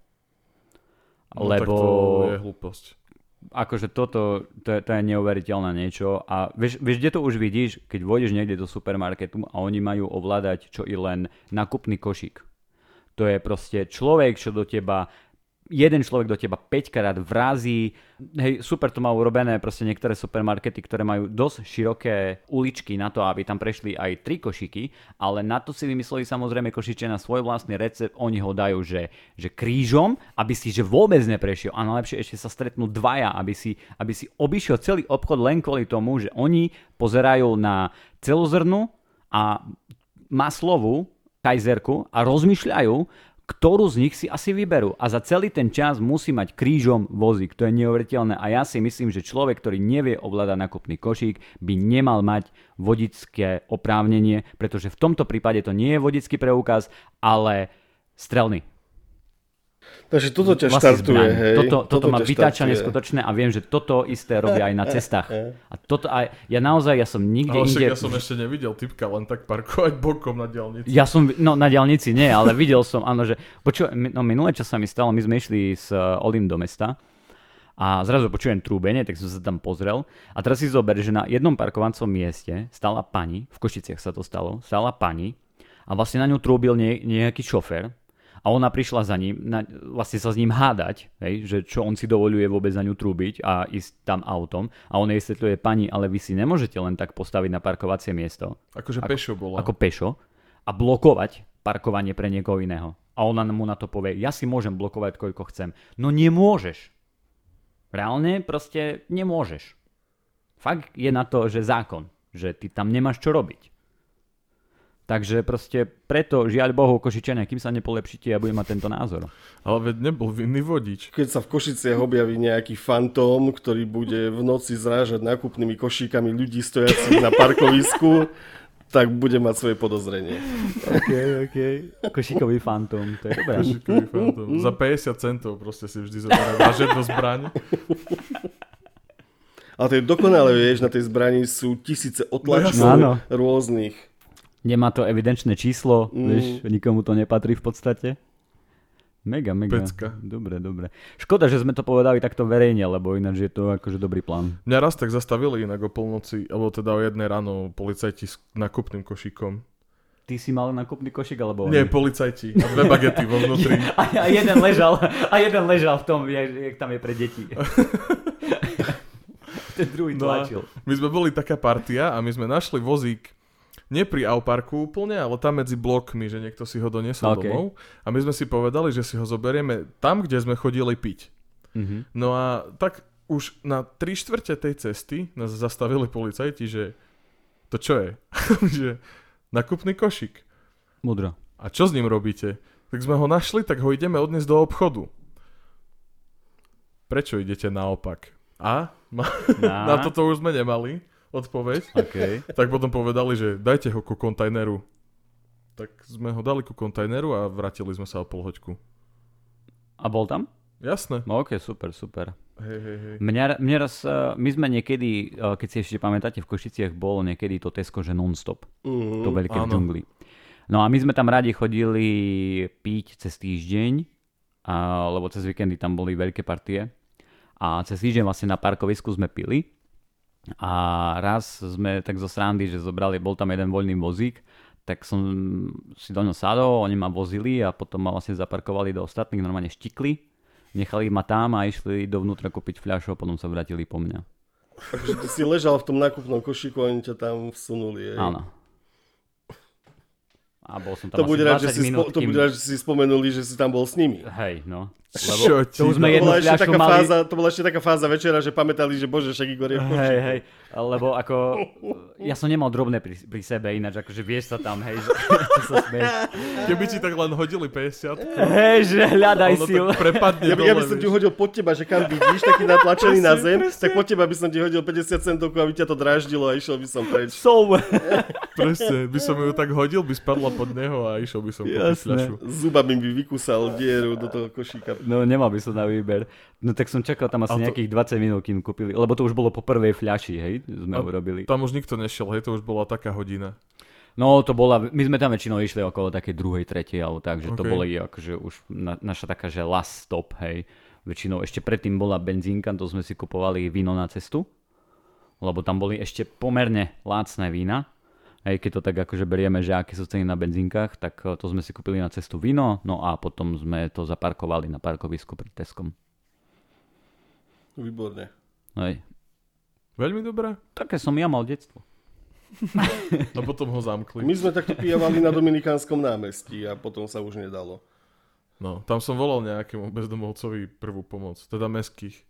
No lebo tak to je hlúposť. Akože to je neuveriteľné niečo. A vieš, kde to už vidíš, keď vôjdeš niekde do supermarketu a oni majú ovládať čo i len nákupný košík. To je proste človek, čo do teba jeden človek do teba 5-krát vrazí. Hej, super to má urobené proste niektoré supermarkety, ktoré majú dosť široké uličky na to, aby tam prešli aj 3 košíky, ale na to si vymysleli samozrejme Košičania svoj vlastný recept, oni ho dajú, že krížom, aby si že vôbec neprešiel a najlepšie ešte sa stretnú dvaja, aby si obišiel celý obchod len kvôli tomu, že oni pozerajú na celozrnú a maslovú kajzerku a rozmýšľajú, ktorú z nich si asi vyberú. A za celý ten čas musí mať krížom vozík. To je neuveriteľné. A ja si myslím, že človek, ktorý nevie ovládať nákupný košík, by nemal mať vodičské oprávnenie, pretože v tomto prípade to nie je vodičský preukaz, ale strelný. Takže toto ťa štartuje, hej. Toto má vytáčanie skutočné a viem, že toto isté robia aj na cestách. A toto aj, ja som nikde inde... Ja som ešte nevidel typka len tak parkovať bokom na diaľnici. Na diaľnici nie, ale videl som, áno, že... minulé čo sa mi stalo, my sme išli s Olim do mesta a zrazu počujem trúbenie, tak som sa tam pozrel. A teraz si zober, že na jednom parkovacom mieste stála pani, v Košiciach sa to stalo, stála pani a vlastne na ňu trúbil nejaký šofér. A ona prišla za ním, vlastne sa s ním hádať, hej, že čo on si dovoľuje vôbec za ňu trúbiť a ísť tam autom. A on jej vysvetľuje, pani, ale vy si nemôžete len tak postaviť na parkovacie miesto. Akože pešo bola. Ako pešo. A blokovať parkovanie pre niekoho iného. A ona mu na to povie, ja si môžem blokovať koľko chcem. No nemôžeš. Reálne proste nemôžeš. Fakt je na to, že zákon. Že ty tam nemáš čo robiť. Takže proste preto, žiaľ Bohu, Košičania, kým sa nepolepšíte, ja budem mať tento názor. Ale veď nebol vinný vodič. Keď sa v Košiciach objaví nejaký fantóm, ktorý bude v noci zrážať nákupnými košíkami ľudí stojacích na parkovisku, tak bude mať svoje podozrenie. OK. Košíkový fantóm, to je dobré. Košíkový fantóm. Za 50 centov proste si vždy zoberá vážetnú zbraň. Ale to je dokonale, vieš, na tej zbrani sú tisíce otlačkov rôznych. Nemá to evidenčné číslo, vieš, nikomu to nepatrí v podstate. Mega. Pecka. Dobre. Škoda, že sme to povedali takto verejne, lebo ináč je to akože dobrý plán. Mňa raz tak zastavili inak o polnoci, alebo teda o 1 ráno policajti s nákupným košíkom. Ty si mal nákupný košík, alebo... Nie, policajti. A 2 bagety vo vnútri. A jeden ležal v tom, jak tam je pre deti. Ten druhý tlačil. My sme boli taká partia a my sme našli vozík nie pri Auparku úplne, ale tam medzi blokmi, že niekto si ho doniesol domov. A my sme si povedali, že si ho zoberieme tam, kde sme chodili piť. Mm-hmm. No a tak už na 3/4 tej cesty nás zastavili policajti, že to čo je? Že nákupný košík. Mudro. A čo s ním robíte? Tak sme ho našli, tak ho ideme odniesť do obchodu. Prečo idete naopak? Na toto už sme nemali odpoveď. Okay. Tak potom povedali, že dajte ho ku kontajneru. Tak sme ho dali ku kontajneru a vrátili sme sa o pol hoďku. A bol tam? Jasné. No, ok, super. Hej. Mňa raz, my sme niekedy, keď si ešte pamätáte, v Košiciach bolo niekedy to Tesco, že non-stop. To veľké v džungli. No a my sme tam radi chodili piť cez týždeň, lebo cez víkendy tam boli veľké partie. A cez týždeň vlastne na parkovisku sme pili. A raz sme tak zo srandy, že bol tam jeden voľný vozík, tak som si do ňo sadol, oni ma vozili a potom ma vlastne zaparkovali do ostatných, normálne štikli, nechali ma tam a išli dovnútra kúpiť fľašu a potom sa vrátili po mňa. Takže ty si ležal v tom nákupnom košíku a oni ťa tam vsunuli, jej? Áno. A bol som tam asi 20 minút. To bude rád, že si spomenuli, že si tam bol s nimi. Hej, no. Lebo to už sme jednu fľašu mali. To bola ešte taká fáza večera, že pamätali, že bože, však Igor je v koši. Hej, lebo ako, ja som nemal drobné pri sebe, ináč akože vieš sa tam, hej, že sa smeješ. Keby ti tak len hodili 50. Hej, že hľadaj si ju. Ja by som ti hodil pod teba, že kam vidíš, taký natlačený na zem, tak pod teba by som ti hodil 50 centovku, aby ťa to dráždilo a išiel by som preč. Presne, by som ju tak hodil, by spadla pod neho a išiel by som kúpiť fľašu. Zubami by vykúsal dieru do toho košíka. No nemal by som na výber. No tak som čakal tam asi nejakých 20 minút, kým kúpili, lebo to už bolo po prvej fľaši, hej, sme urobili. Tam už nikto nešiel, hej, to už bola taká hodina. No to bola, my sme tam väčšinou išli okolo takej 2., 3. alebo tak, že to boli akože už naša taká, že last stop, hej. Väčšinou ešte predtým bola benzínka, to sme si kupovali víno na cestu, lebo tam boli ešte pomerne lácne vína. Hej, keď to tak akože berieme, že aké sú ceny na benzínkach, tak to sme si kúpili na cestu víno, no a potom sme to zaparkovali na parkovisku pred Teskom. Výborne. Hej. Veľmi dobré. Také som ja mal detstvo. A potom ho zamkli. My sme takto pijavali na Dominikánskom námestí a potom sa už nedalo. No, tam som volal nejakému bezdomovcovi prvú pomoc, teda mestských.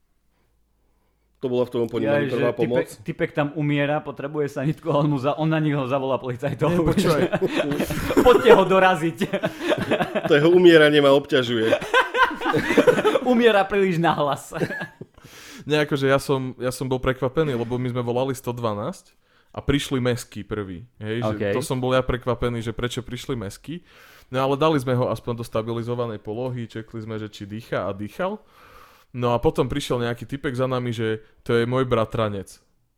To bola v tom ponímaní prvá pomoc. Typek tam umiera, potrebuje sanitku, ale on na nich ho zavolá policajtov. Počúvaj. Poďte ho doraziť. To jeho umieranie ma obťažuje. Umiera príliš nahlas. Nie, akože ja som bol prekvapený, lebo my sme volali 112 a prišli mestskí prvý. Hej, okay. To som bol ja prekvapený, že prečo prišli mestskí. No ale dali sme ho aspoň do stabilizovanej polohy, čekli sme, že či dýcha a dýchal. No a potom prišiel nejaký typek za nami, že to je môj bratranec.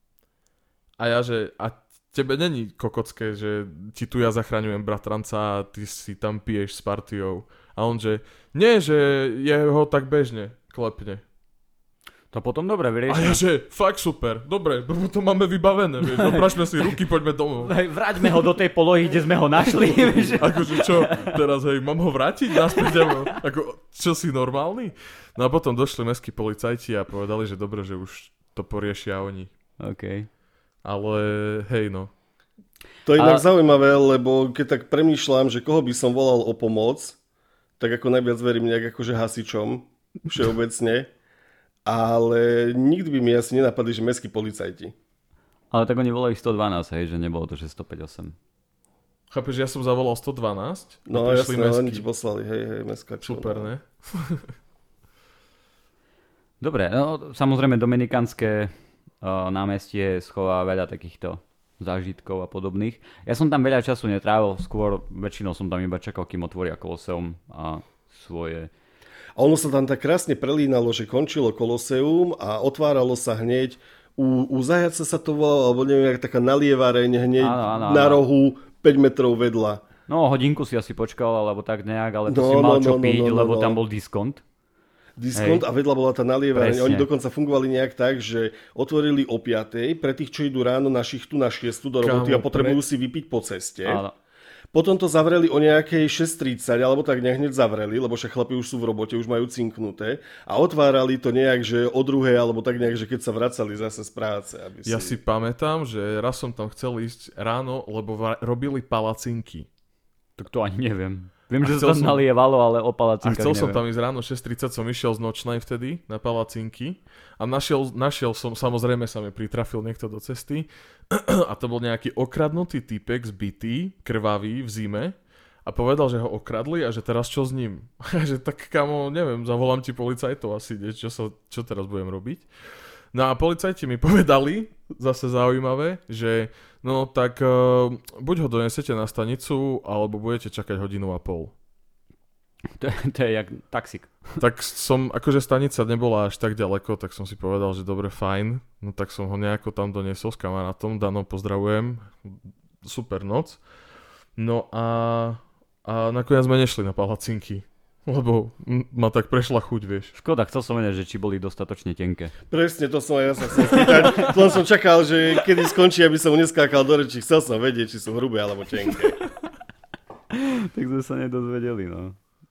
A ja, že a tebe není kokocké, že ti tu ja zachraňujem bratranca a ty si tam piješ s partiou. A on, že nie, že je ho tak bežne klepne. To potom dobre vyriešime. A ja, že fakt super, dobre, to máme vybavené, vieš, oprašme si ruky, poďme domov. Vráťme ho do tej polohy, kde sme ho našli. Akože čo, teraz hej, mám ho vrátiť naspäť? Ako, čo si normálny? No a potom došli mestskí policajti a povedali, že dobre, že už to poriešia oni. OK. Ale hej, no. To je inak zaujímavé, lebo keď tak premýšľam, že koho by som volal o pomoc, tak ako najviac verím nejak akože hasičom, všeobecne, ale nikdy by mi asi nenapadli, že mestskí policajti. Ale tak oni volali 112, hej, že nebolo to, že 158. Chápeš, že ja som zavolal 112? No jasné, oni ti poslali, hej, mestská. Super, ne? Dobre, no samozrejme Dominikánske námestie schová veľa takýchto zážitkov a podobných. Ja som tam veľa času netrávil, skôr väčšinou som tam iba čakal, kým otvoria Koloseum a svoje. A ono sa tam tak krásne prelínalo, že končilo Koloseum a otváralo sa hneď u Zajaca sa to volalo, alebo neviem, taká nalievareň hneď na rohu 5 metrov vedľa. No hodinku si asi počkal, alebo tak nejak, ale to si mal čo piť, lebo tam bol diskont. Diskont a vedľa bola tá nalievareň. Oni dokonca fungovali nejak tak, že otvorili o 5:00 pre tých, čo idú ráno na šichtu na 6:00 do roboty a potrebujú si vypiť po ceste. Áno. Potom to zavreli o nejakej 6:30, alebo tak hneď zavreli, lebo však chlapi už sú v robote, už majú cinknuté. A otvárali to nejak, že o 2:00, alebo tak nejak, že keď sa vracali zase z práce. Ja si pamätám, že raz som tam chcel ísť ráno, lebo robili palacinky. Tak to ani neviem. Viem, že sa tam nalievalo, ale o palacinkách neviem. A chcel som tam ísť ráno 6:30, som išiel z nočnej vtedy na palacinky a našiel som, samozrejme sa mi pritrafil niekto do cesty a to bol nejaký okradnutý typek zbitý, krvavý v zime a povedal, že ho okradli a že teraz čo s ním? A že tak kamo, neviem, zavolám ti policajtov asi, čo teraz budem robiť? No a policajti mi povedali, zase zaujímavé, že no tak buď ho donesete na stanicu, alebo budete čakať 1,5 hodiny. To je jak taxík. Tak akože stanica nebola až tak ďaleko, tak som si povedal, že dobre, fajn. No tak som ho nejako tam doniesol s kamarátom, Dano, pozdravujem, super noc. No a nakoniec sme nešli na palacinky. Lebo ma tak prešla chuť, vieš. Škoda, chcel som vedieť, že či boli dostatočne tenké. Presne, to som aj ja sa chcel spýtať. Len som čakal, že kedy skončí, aby som mu neskákal do rečí. Chcel som vedieť, či sú hrubé alebo tenké. Tak sme sa nedozvedeli, no.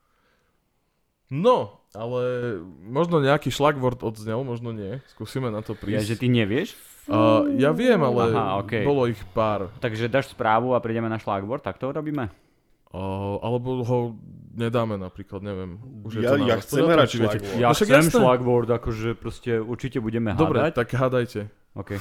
No, ale možno nejaký šlagvort odznel, možno nie. Skúsime na to prísť. Ja, že ty nevieš? Ja viem, ale bolo ich pár. Takže dáš správu a prídeme na šlagvort, tak to robíme? Alebo ho nedáme napríklad, neviem. Už ja chcem hrať šlagvord. Ja chcem šlagvord, akože proste určite budeme hádať. Dobre, tak hádajte. OK.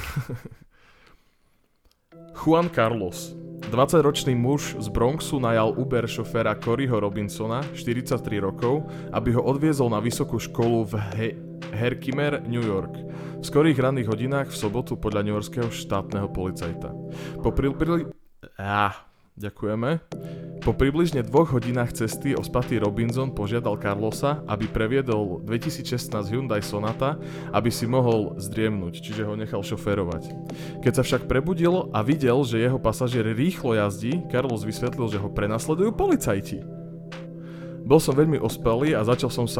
Juan Carlos, 20-ročný muž z Bronxu najal Uber šoféra Coryho Robinsona, 43 rokov, aby ho odviezol na vysokú školu v Herkimer, New York. V skorých ranných hodinách v sobotu podľa newyorského štátneho policajta. Ďakujeme. Po približne 2 hodinách cesty ospatý Robinson požiadal Carlosa, aby previedol 2016 Hyundai Sonata, aby si mohol zdriemnúť, čiže ho nechal šoférovať. Keď sa však prebudil a videl, že jeho pasažier rýchlo jazdí, Carlos vysvetlil, že ho prenasledujú policajti. Bol som veľmi ospalý a začal som sa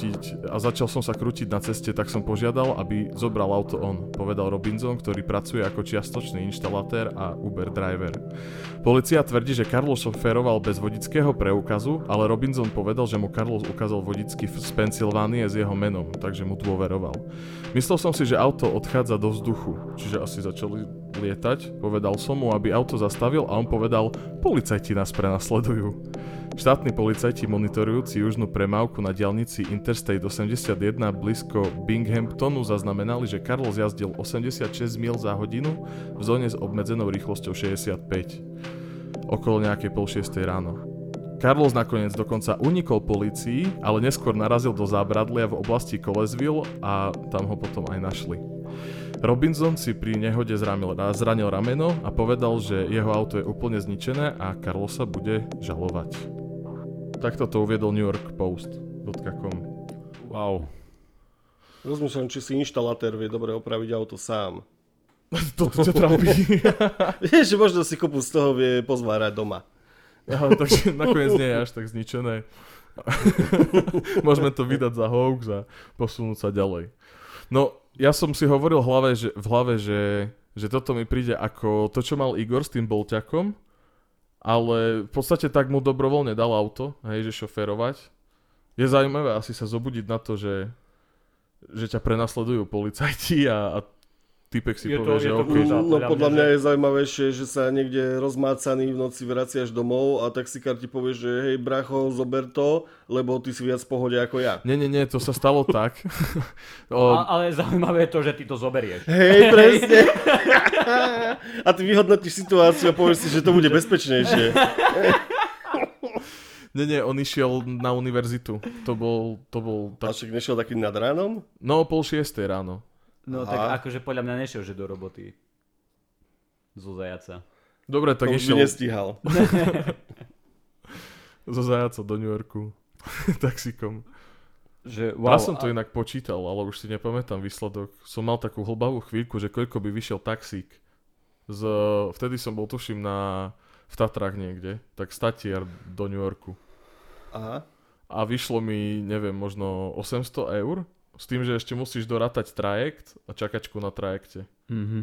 krútiť na ceste, tak som požiadal, aby zobral auto on, povedal Robinson, ktorý pracuje ako čiastočný inštalatér a Uber driver. Polícia tvrdí, že Carlos šoféroval bez vodického preukazu, ale Robinson povedal, že mu Carlos ukázal vodický z Pensylvánie s jeho menom, takže mu dôveroval. Myslel som si, že auto odchádza do vzduchu, čiže asi začali lietať. Povedal som mu, aby auto zastavil a on povedal, policajti nás prenasledujú. Štátni policajti monitorujúci južnú premávku na diaľnici Interstate 81 blízko Binghamtonu zaznamenali, že Carlos jazdil 86 mil za hodinu v zóne s obmedzenou rýchlosťou 65. Okolo nejakej 5:30 ráno. Carlos nakoniec dokonca unikol polícii, ale neskôr narazil do zábradlia v oblasti Colesville a tam ho potom aj našli. Robinson si pri nehode zranil rameno a povedal, že jeho auto je úplne zničené a Carlosa bude žalovať. Takto to uviedol NewYorkPost.com. Wow. Rozmýšľam, či si inštalatér vie dobre opraviť auto sám. Toto ťa trápi. Vieš, že možno si kopu z toho vie pozvárať doma. Ale takže nakoniec nie je až tak zničené. Môžeme to vydať za hoax a posunúť sa ďalej. No, ja som si hovoril v hlave, že toto mi príde ako to, čo mal Igor s tým bolťakom, ale v podstate tak mu dobrovoľne dal auto, hej, že šoférovať. Je zaujímavé asi sa zobudiť na to, že ťa prenasledujú policajti a typek si povie, že OK. No podľa mňa je zaujímavejšie, že sa niekde rozmácaný v noci vraciaš domov a taxikár ti povie, že hej bracho, zober to, lebo ty si viac v pohode ako ja. Nie, to sa stalo tak. Ale zaujímavé je to, že ty to zoberieš. Hej, presne. A ty vyhodnotíš situáciu a povieš si, že to bude bezpečnejšie. Nie, on išiel na univerzitu. To bol tak... A však nešiel takým nad ránom? No, 5:30 ráno. No tak akože podľa mňa nešiel, že do roboty. Zo Zajaca. Dobre, tak to išiel... už by nestíhal. Zo Zajaca do New Yorku. Taxikom. Wow, Raz som to inak počítal, ale už si nepamätám výsledok. Som mal takú hlbavú chvíľku, že koľko by vyšiel taxík. Vtedy som bol, tuším, v Tatrách niekde. Tak statier do New Yorku. Aha. A vyšlo mi, neviem, možno 800 eur. S tým, že ešte musíš dorátať trajekt a čakačku na trajekte. Mm-hmm.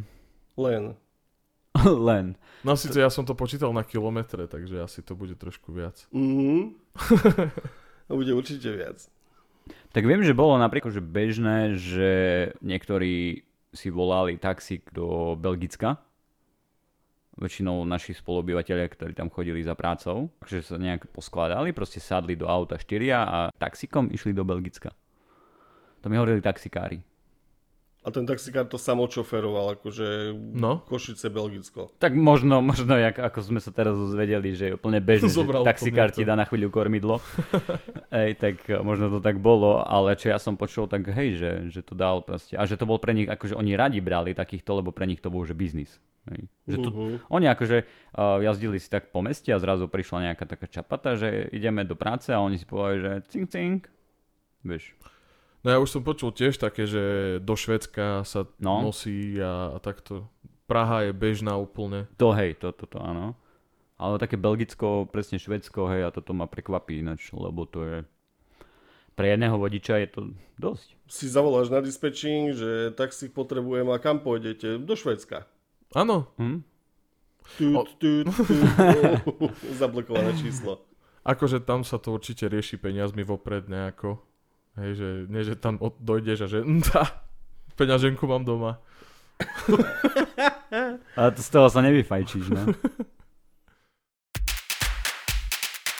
Len. No síce ja som to počítal na kilometre, takže asi to bude trošku viac. To bude určite viac. Tak viem, že bolo napríklad že bežné, že niektorí si volali taxík do Belgicka. Väčšinou naši spoluobyvatelia, ktorí tam chodili za prácou. Takže sa nejak poskladali, proste sadli do auta 4 a taxíkom išli do Belgicka. To mi hovorili taxikári. A ten taxikár to sám odšoferoval, akože Košice, Belgicko. Tak možno ako sme sa teraz dozvedeli, že je úplne bežné, že taxikár ti dá na chvíľu kormidlo. Tak možno to tak bolo, ale čo ja som počul, tak hej, že to dal proste. A že to bol pre nich, akože oni radi brali takýchto, lebo pre nich to bol už biznis. Že oni akože jazdili si tak po meste a zrazu prišla nejaká taká čapata, že ideme do práce a oni si povedali, že cink, cink, vieš. No ja už som počul tiež také, že do Švédska sa nosí a takto. Praha je bežná úplne. To hej, toto áno. Ale také Belgicko, presne Švédsko, hej, a toto ma prekvapí ináč, lebo to je... Pre jedného vodiča je to dosť. Si zavoláš na dispečing, že taxík potrebujem a kam pôjdete? Do Švédska. Áno. Zablokované číslo. Akože tam sa to určite rieši peniazmi vopred nejako. Hej, že nie, že tam dojdeš a že peňaženku mám doma. Ale z toho sa nevyfajčíš, no.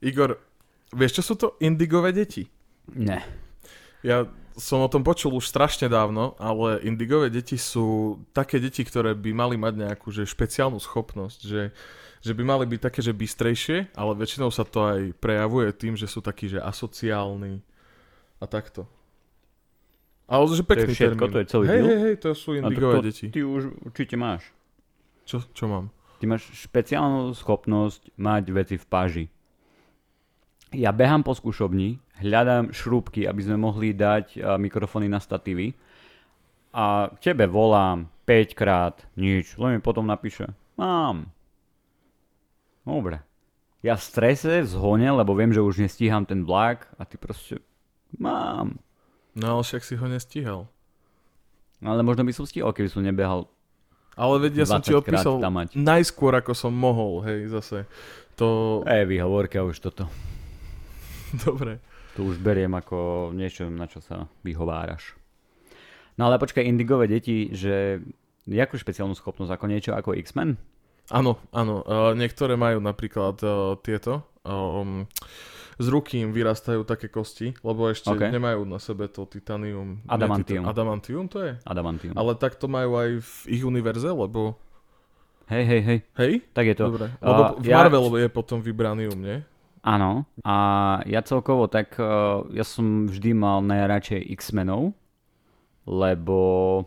Igor, vieš, čo sú to indigové deti? Ne. Ja som o tom počul už strašne dávno, ale indigové deti sú také deti, ktoré by mali mať nejakú špeciálnu schopnosť, že by mali byť také, že bystrejšie, ale väčšinou sa to aj prejavuje tým, že sú takí, že asociálni a takto. Ale že pekný to je všetko, termín. To je celý hej, to sú indigové deti. Ty už určite máš. Čo mám? Ty máš špeciálnu schopnosť mať veci v páži. Ja behám po skúšobni, hľadám šrúbky, aby sme mohli dať mikrofóny na statívy a k tebe volám 5 krát, nič, len mi potom napíše, mám. Dobre. Ja v strese, v zhone, lebo viem, že už nestíham ten vlak a ty proste, mám. No ale však si ho nestíhal. Ale možno by som stihol, keby som nebehal. Ale veď ja som ti odpísal najskôr, ako som mohol, hej, zase. To... Výhovorka už toto. Dobre. To už beriem ako niečo, na čo sa vyhováraš. No ale počkaj, indigové deti, že jakú špeciálnu schopnosť, ako niečo ako X-Men? Áno. Niektoré majú napríklad tieto. Z ruky im vyrastajú také kosti, lebo ešte nemajú na sebe to titanium. Adamantium. Adamantium to je? Adamantium. Ale tak to majú aj v ich univerze, lebo... Hej. Hej? Tak je to. Dobre. Lebo v Marvelu je potom vibranium, nie? Áno. A ja celkovo tak, ja som vždy mal najradšej X-menov, lebo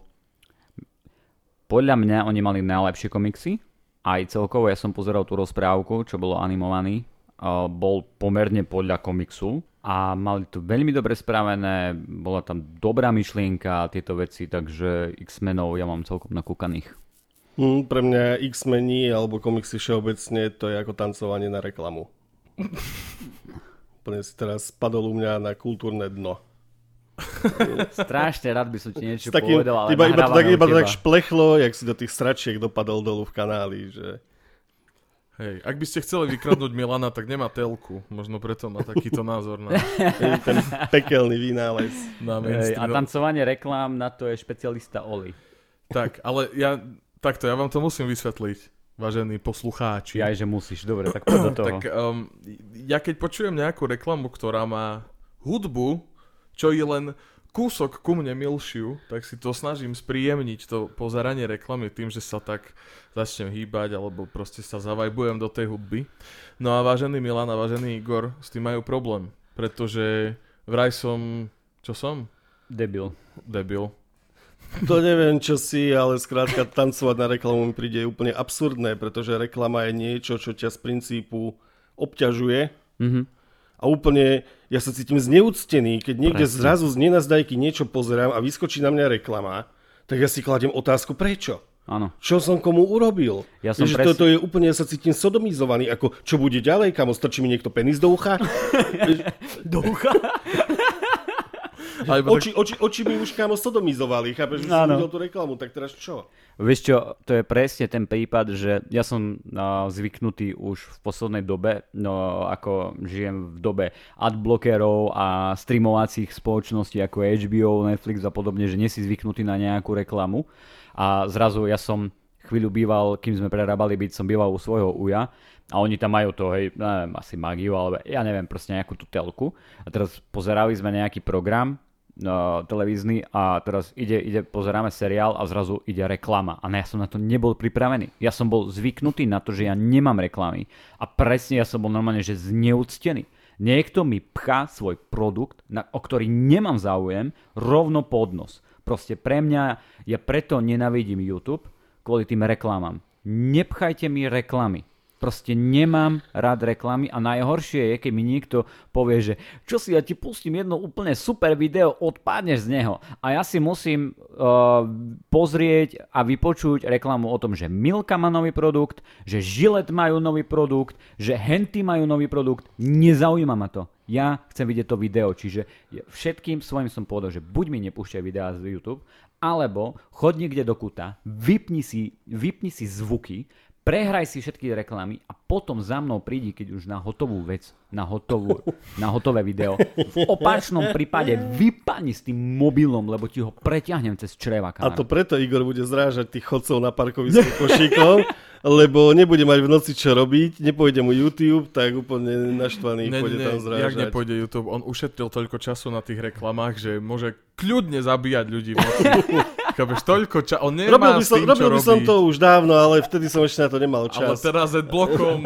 podľa mňa oni mali najlepšie komiksy. Aj celkovo ja som pozeral tú rozprávku, čo bolo animovaný. Bol pomerne podľa komiksu a mali to veľmi dobre spravené, bola tam dobrá myšlienka a tieto veci, takže X-menov ja mám celkom nakúkaných. Pre mňa X-meni alebo komiksy všeobecne to je ako tancovanie na reklamu. Úplne si teraz spadol u mňa na kultúrne dno. Strašne rád by som ti niečo povedal, ale iba to tak šplechlo, jak si do tých sračiek dopadol dolu v kanáli, že... Hej, ak by ste chceli vykradnúť Milana, tak nemá telku. Možno preto má takýto názor na... ten pekelný vynález. A tancovanie reklám, na to je špecialista Oli. Tak, ale ja vám to musím vysvetliť, vážení poslucháči. Aj, že musíš, dobre, tak poď do toho. Tak ja keď počujem nejakú reklamu, ktorá má hudbu, čo je len kúsok ku mne milšiu, tak si to snažím spríjemniť to pozeranie reklamy tým, že sa tak začnem hýbať alebo proste sa zavajbujem do tej hudby. No a vážený Milan a vážený Igor s tým majú problém, pretože vraj som... Čo som? Debil. To neviem, čo si, ale skrátka tancovať na reklamu mi príde úplne absurdné, pretože reklama je niečo, čo ťa z princípu obťažuje. A úplne, ja sa cítim zneúctený, keď niekde zrazu z nenazdajky niečo pozerám a vyskočí na mňa reklama, tak ja si kladiem otázku, prečo? Áno. Čo som komu urobil? To je úplne, ja sa cítim sodomizovaný, ako čo bude ďalej, kamo, strčí mi niekto penis do ucha? Do ucha? Oči mi už kámo sodomizovali, chápeš, že som videl tú reklamu, tak teraz čo? Vieš čo, to je presne ten prípad, že ja som zvyknutý už v poslednej dobe, ako žijem v dobe adblockerov a streamovacích spoločností ako HBO, Netflix a podobne, že nie si zvyknutý na nejakú reklamu a zrazu ja som chvíľu býval, kým sme prerábali byt, som býval u svojho uja a oni tam majú to, hej, neviem, asi Magiu, alebo ja neviem, proste nejakú tú telku a teraz pozerali sme nejaký program televízny a teraz pozeráme seriál a zrazu ide reklama a ja som na to nebol pripravený. Ja som bol zvyknutý na to, že ja nemám reklamy a presne ja som bol normálne, že zneúctený. Niekto mi pchá svoj produkt, o ktorý nemám záujem, rovno pod nos. Proste pre mňa, ja preto nenávidím YouTube kvôli tým reklamám. Nepchajte mi reklamy. Proste nemám rád reklamy a najhoršie je, keď mi niekto povie, že čo si, ja ti pustím jedno úplne super video, odpadneš z neho. A ja si musím pozrieť a vypočuť reklamu o tom, že Milka má nový produkt, že Gillette majú nový produkt, že Henty majú nový produkt. Nezaujíma ma to. Ja chcem vidieť to video, čiže všetkým svojim som povedal, že buď mi nepúšťaj videá z YouTube, alebo choď niekde do kúta, vypni si zvuky, prehraj si všetky reklamy a potom za mnou prídi, keď už na hotovú vec, na hotové video. V opačnom prípade vypadni s tým mobilom, lebo ti ho preťahnem cez čreva. A to preto Igor bude zrážať tých chodcov na parkovisku košíkov lebo nebude mať v noci čo robiť, nepôjde mu YouTube, tak úplne naštvaný pôjde tam zrážať. Jak nepôjde YouTube? On ušetril toľko času na tých reklamách, že môže kľudne zabíjať ľudí v noci. Chápeš, toľko času, on nemá s tým, čo robil by som to už dávno, ale vtedy som ešte na to nemal čas. Ale teraz adblockom.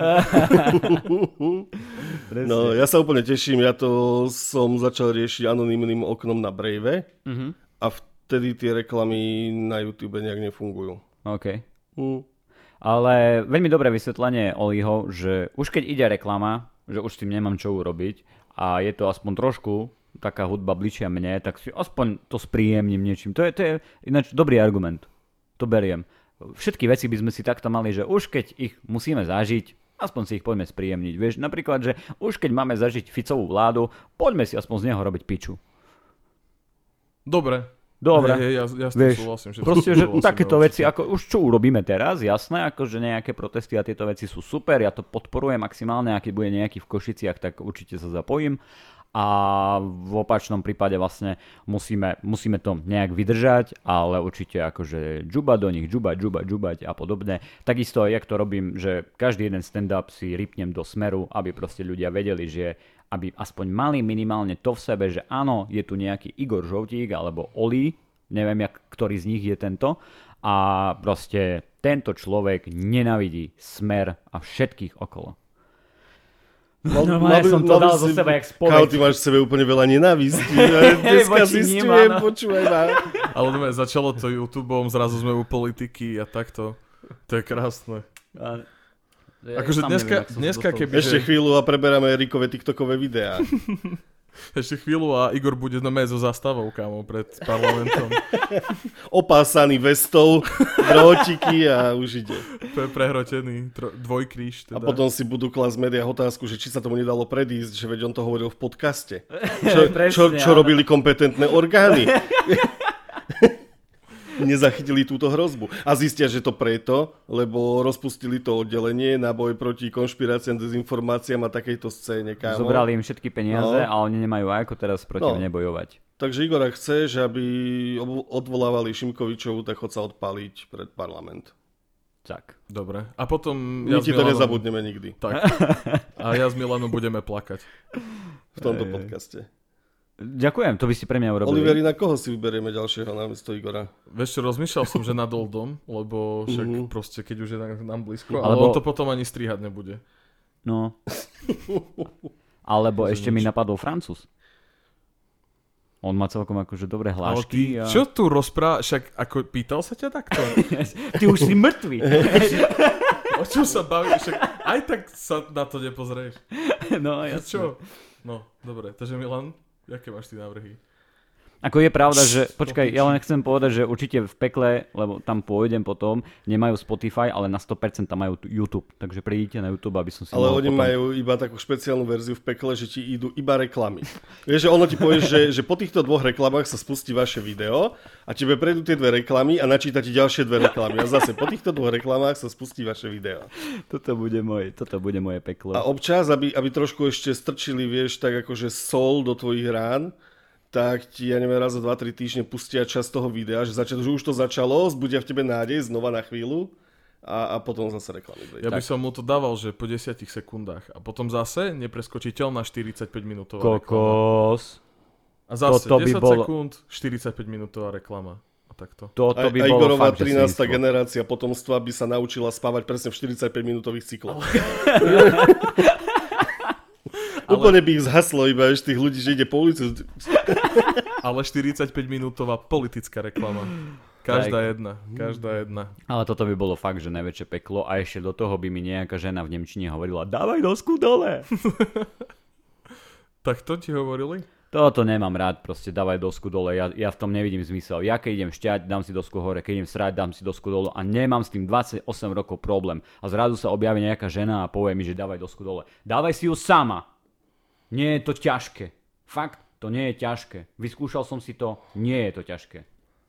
No, ja sa úplne teším, ja to som začal riešiť anonymným oknom na Brave a vtedy tie reklamy na YouTube nejak nefungujú. OK. Ale veľmi dobré vysvetlenie Oliho, že už keď ide reklama, že už s tým nemám čo urobiť a je to aspoň trošku taká hudba bližšia mne, tak si aspoň to spríjemním niečím. To je ináč dobrý argument. To beriem. Všetky veci by sme si takto mali, že už keď ich musíme zažiť, aspoň si ich poďme spríjemniť. Vieš, napríklad, že už keď máme zažiť Ficovú vládu, poďme si aspoň z neho robiť piču. Dobre. Ja s tým súhlasím. Proste, že takéto veci, ako už čo urobíme teraz, jasné, akože nejaké protesty a tieto veci sú super, ja to podporujem maximálne, a keď bude nejaký v Košiciach, tak určite sa zapojím. A v opačnom prípade vlastne musíme to nejak vydržať, ale určite akože džubať do nich, džubať a podobne. Takisto, jak to robím, že každý jeden stand-up si ripnem do Smeru, aby proste ľudia vedeli, že aby aspoň mali minimálne to v sebe, že áno, je tu nejaký Igor Žoutík alebo Oli, neviem, ktorý z nich je tento, a proste tento človek nenávidí Smer a všetkých okolo. Som to dal zo seba jak spoveď. Kámo, ty máš v sebe úplne veľa nenávistí. Dneska zistujem, počúvaj ma. Ale začalo to YouTubeom, zrazu sme u politiky a takto. To je krásne. Akože dneska keby... Ešte chvíľu a preberáme Erikové TikTokové videá. Ešte chvíľu a Igor bude znamená so zastavou, kámo, pred parlamentom. Opásaný vestou, drôtiky a už ide. Prehrotený, dvojkríž. Teda. A potom si budú klásť v médiách otázku, že či sa tomu nedalo predísť, že veď on to hovoril v podcaste. Čo robili kompetentné orgány? Nezachytili túto hrozbu. A zistia, že to preto, lebo rozpustili to oddelenie na boj proti konšpiráciám, dezinformáciám a takejto scéne. Kámo. Zobrali im všetky peniaze a oni nemajú ako teraz proti mne bojovať. Takže Igor, ak chceš, aby odvolávali Šimkovičovu, tak chod sa odpaliť pred parlament. Tak. Dobre. A potom... My ti to nezabudneme nikdy. Tak. A ja s Milanom budeme plakať. V tomto podcaste. Ďakujem, to by si pre mňa urobili. Oliveri, na koho si vyberieme ďalšieho namiesto Igora? Vieš čo, rozmýšľal som, že na Doldom, lebo však proste, keď už je nám blízko, ale on to potom ani strihať nebude. No. Alebo ešte mi napadol Francúz. On má celkom akože dobré hlášky. Čo tu rozpráva? Však ako pýtal sa ťa takto? Ty už si mŕtvy. O čom sa bavíš? Však aj tak sa na to nepozrieš. No, jasne. Čo? No, dobre. Takže Milan, aké máš ty návrhy? Ako je pravda, že... Počkaj, ja len chcem povedať, že určite v pekle, lebo tam pôjdem potom, nemajú Spotify, ale na 100% tam majú YouTube. Takže prídite na YouTube, aby som si... Ale oni majú iba takú špeciálnu verziu v pekle, že ti idú iba reklamy. Vieš, že ono ti povie, že po týchto dvoch reklamách sa spustí vaše video a tebe prejdú tie dve reklamy a načíta ti ďalšie dve reklamy. A zase po týchto dvoch reklamách sa spustí vaše video. Toto bude moje peklo. A občas, aby trošku ešte strčili, vieš, tak akože sol do tvojich rán, tak ti, ja neviem, raz za 2-3 týždne pustia časť toho videa, že už to začalo, zbudia v tebe nádej znova na chvíľu a potom zase reklamy. Ja by som mu to dával, že po 10 sekundách a potom zase nepreskočiteľná 45 minútová reklama. A zase 10 sekúnd, 45 minútová reklama. A takto. Toto by bolo Igorová fakt, 13. generácia potomstva by sa naučila spávať presne v 45 minútových cykloch. Úplne by ich zhaslo iba tých ľudí, že ide po ulici. Ale 45 minútová politická reklama. Každá jedna. Ale toto by bolo fakt, že najväčšie peklo a ešte do toho by mi nejaká žena v nemčine hovorila dávaj dosku dole. Tak to ti hovorili? Toto nemám rád, proste dávaj dosku dole, ja v tom nevidím zmysel. Ja keď idem šťať, dám si dosku hore, keď idem srať, dám si dosku dole a nemám s tým 28 rokov problém. A zrazu sa objaví nejaká žena a povie mi, že dávaj dosku dole. Dávaj si ju sama. Nie je to ťažké. Fakt, to nie je ťažké. Vyskúšal som si to, nie je to ťažké.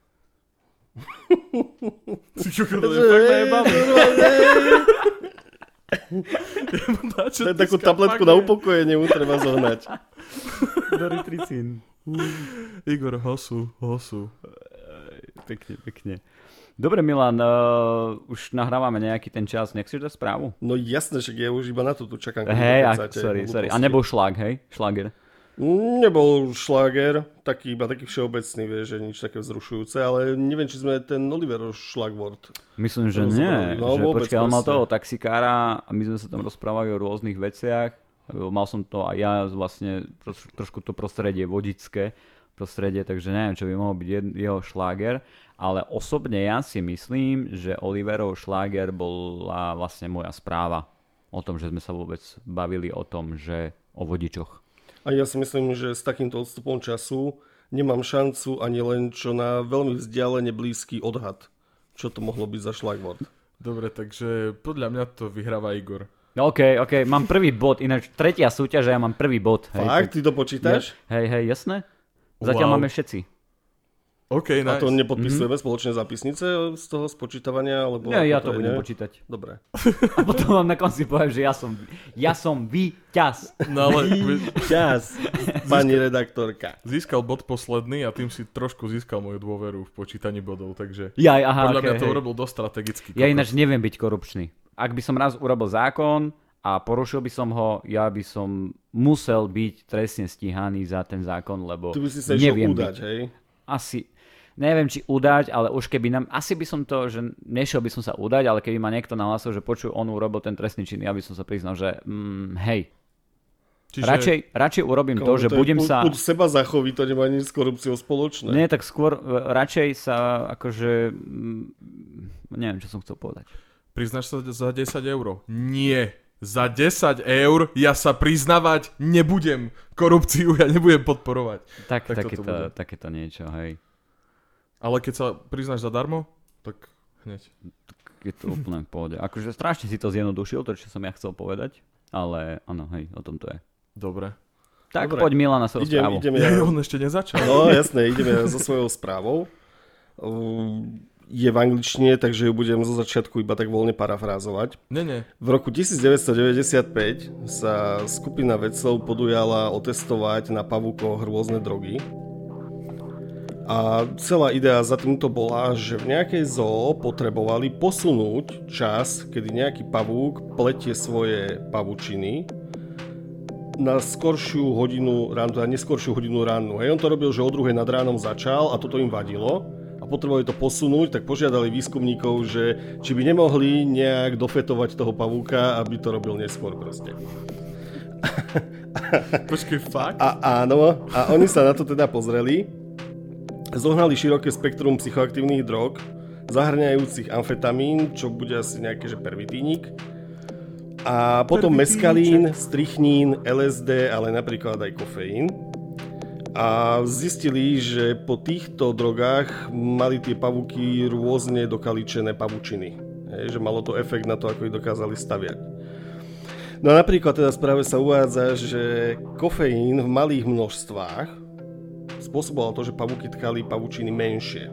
Takú tabletku na upokojenie mu treba zohnať. Doritricín. Igor, hosu. Pekne. Dobre, Milan, už nahrávame nejaký ten čas, nechceš dať správu? No jasné, že ja už iba na to tu čakám. Sorry. A nebol šlág, hej? Šláger. Nebol šláger, iba taký všeobecný, vieš, že nič také vzrušujúce, ale neviem, či sme ten Oliverov šlagvord. Myslím, že nie. No, počkaj, on mal toho taxikára a my sme sa tam rozprávali o rôznych veciach. Mal som to aj ja, vlastne trošku to prostredie vodické prostredie, takže neviem, čo by mohol byť jeho šláger. Ale osobne ja si myslím, že Oliverov šláger bola vlastne moja správa o tom, že sme sa vôbec bavili o tom, že o vodičoch. A ja si myslím, že s takýmto odstupom času nemám šancu ani len čo na veľmi vzdialene blízky odhad, čo to mohlo byť za šlagvord. Dobre, takže podľa mňa to vyhráva Igor. OK, mám prvý bod, ináč tretia súťaž a ja mám prvý bod. Fakt? Ty to počítaš? Hej, jasné? Zatiaľ máme všetci. OK, nice. A to nepodpisujeme spoločné zápisnice z toho spočítavania? Alebo nie, ja to budem počítať. Dobre. A potom vám na konci poviem, že ja som víťaz. No ale... Víťaz, pani redaktorka. Získal bod posledný a tým si trošku získal moju dôveru v počítaní bodov, takže podľa mňa to urobil dosť strategicky. Ja ináč neviem byť korupčný. Ak by som raz urobil zákon a porušil by som ho, ja by som musel byť trestne stíhaný za ten zákon, lebo tu by si sa išiel udať, hej? Asi... Neviem, či udať, ale už keby nám... Asi by som to, že nešiel by som sa udať, ale keby ma niekto nahlásil, že počuj, on urobil ten trestný čin, ja by som sa priznal, že hej. Čiže... Radšej urobím to, že budem sa... Buď seba zachoví, to nemá nič s korupciou spoločné. Nie, tak skôr radšej sa akože... Neviem, čo som chcel povedať. Priznáš sa za 10 eur? Nie. Za 10 eur ja sa priznávať nebudem. Korupciu ja nebudem podporovať. Takéto niečo, hej. Ale keď sa priznáš zadarmo, tak hneď. Tak je to úplne v pohode. Akože strašne si to zjednodušil, to čo som ja chcel povedať, ale áno, hej, o tom to je. Dobre. Tak poď Milan na svoju správu. On ešte nezačal. No jasné, ideme so svojou správou. Je v angličtine, takže ju budem zo začiatku iba tak voľne parafrázovať. Nie. V roku 1995 sa skupina vedcov podujala otestovať na pavúkoch rôzne drogy. A celá idea za týmto bola, že v nejakej zoo potrebovali posunúť čas, kedy nejaký pavúk pletie svoje pavučiny na neskoršiu hodinu ránu. Hej, on to robil, že o 2:00 nad ránom začal a toto im vadilo a potrebovali to posunúť, tak požiadali výskumníkov, že či by nemohli nejak dofetovať toho pavúka, aby to robil neskôr proste. Počkej, fakt? Áno, a oni sa na to teda pozreli. Zohnali široké spektrum psychoaktívnych drog, zahrňajúcich amfetamín, čo bude asi nejaký pervitínik, a potom meskalín, strychnín, LSD, ale napríklad aj kofeín. A zistili, že po týchto drogách mali tie pavúky rôzne dokaličené pavučiny. Že malo to efekt na to, ako ich dokázali staviať. No a napríklad teda v správe sa uvádza, že kofeín v malých množstvách spôsobovalo to, že pavúky tkali pavučiny menšie.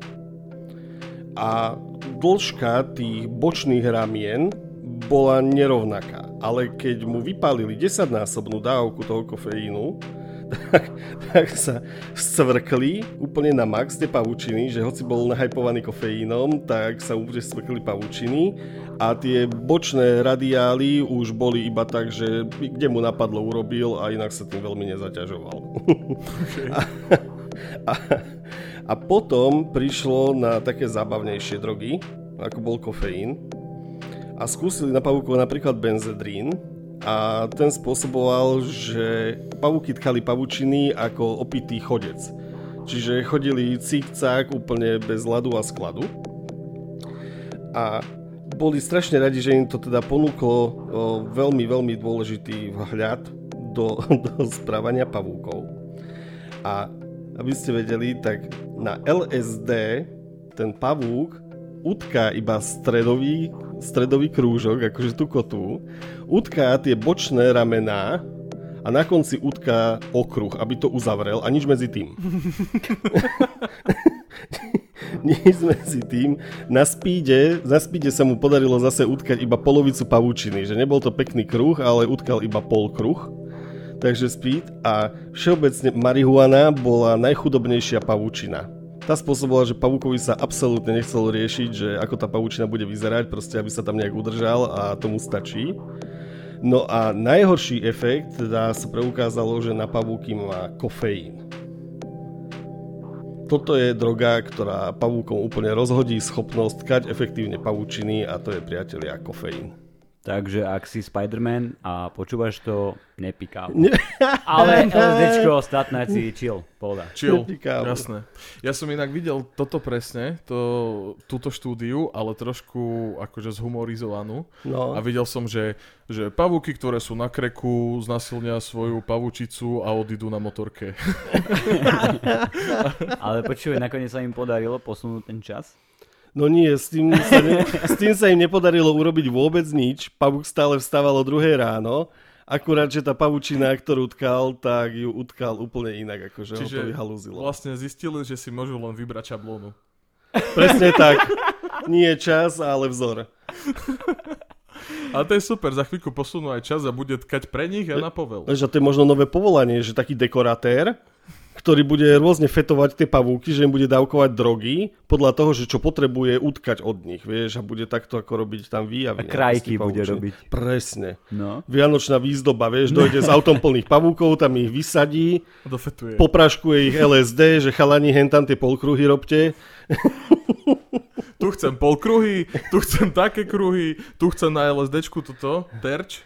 A dĺžka tých bočných ramien bola nerovnaká. Ale keď mu vypálili 10-násobnú dávku toho kofeínu, tak sa scvrkli úplne na max tie pavučiny, že hoci bol nahajpovaný kofeínom, tak sa úplne scvrkli pavučiny a tie bočné radiály už boli iba tak, že kde mu napadlo urobil a inak sa tým veľmi nezaťažoval. Okay. A potom prišlo na také zábavnejšie drogy, ako bol kofeín, a skúsili na pavúkov napríklad benzedrín. A ten spôsoboval, že pavúky tkali pavučiny ako opitý chodec. Čiže chodili cik-cak úplne bez ľadu a skladu. A boli strašne radi, že im to teda ponúklo veľmi, veľmi dôležitý vhľad do správania pavúkov. A aby ste vedeli, tak na LSD ten pavúk utká iba stredový krúžok, akože tú kotu, utká tie bočné ramená a na konci utká okruh, aby to uzavrel a nič medzi tým. Nič medzi tým. Na spíde sa mu podarilo zase utkať iba polovicu pavučiny, že nebol to pekný kruh, ale utkal iba polkruh. Takže speed a všeobecne marihuana bola najchudobnejšia pavučina. Tá spôsobovala, že pavúkovi sa absolútne nechcelo riešiť, že ako tá pavučina bude vyzerať, proste aby sa tam nejak udržal a tomu stačí. No a najhorší efekt teda sa preukázalo, že na pavúky má kofeín. Toto je droga, ktorá pavúkom úplne rozhodí schopnosť tkať efektívne pavučiny a to je, priatelia, kofeín. Takže ak si Spider-Man a počúvaš to, nepíkav. Ale LSDčko ostatné si chill, pohoda. Chill, jasné. Ja som inak videl toto presne, túto štúdiu, ale trošku akože zhumorizovanú. No. A videl som, že pavúky, ktoré sú na kreku, znasilnia svoju pavučicu a odídu na motorke. Ale počuj, nakoniec sa im podarilo posunúť ten čas? No nie, s tým sa im nepodarilo urobiť vôbec nič. Pavúk stále vstával o 2:00 ráno. Akurát, že tá pavučina, ktorú utkal, tak ju utkal úplne inak, akože ho to vyhalúzilo. Vlastne zistili, že si môžu len vybrať šablónu. Presne tak. Nie čas, ale vzor. Ale to je super, za chvíľku posunú aj čas a bude tkať pre nich a na povel. Že to je možno nové povolanie, že taký dekoratér, ktorý bude rôzne fetovať tie pavúky, že im bude dávkovať drogy podľa toho, že čo potrebuje utkať od nich, vieš, a bude takto ako robiť tam výjavy. A krajky bude robiť. Presne. No. Vianočná výzdoba, vieš, dojde s autom plných pavúkov, tam ich vysadí, dofetuje. Popraškuje ich LSD, že chalani hentam tie polkruhy robte. Tu chcem polkruhy, tu chcem také kruhy, tu chcem na LSDčku toto, terč.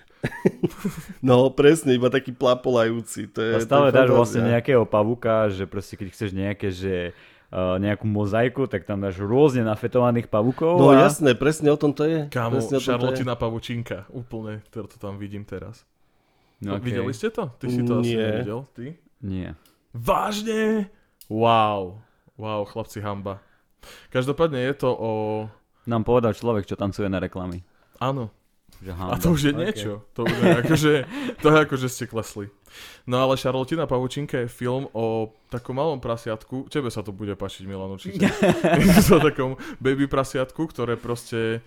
No presne, iba taký plapolajúci. A stále dáš vlastne nejakého pavúka, že proste keď chceš nejakú mozaiku, tak tam dáš rôzne nafetovaných pavúkov. No jasné, presne o tom to je. Kámo, Šarlotina pavučinka, úplne, to tam vidím teraz. No, okay. Videli ste to? Ty si to asi nevidel, ty? Nie. Vážne? Wow, chlapci, hamba. Každopádne je to o... Nám povedal človek, čo tancuje na reklamy. Áno. A to už je niečo. To je akože ste klesli. No ale Šarlotina pavučinka je film o takom malom prasiatku. Tebe sa to bude páčiť, Milan, určite. O takom baby prasiatku, ktoré proste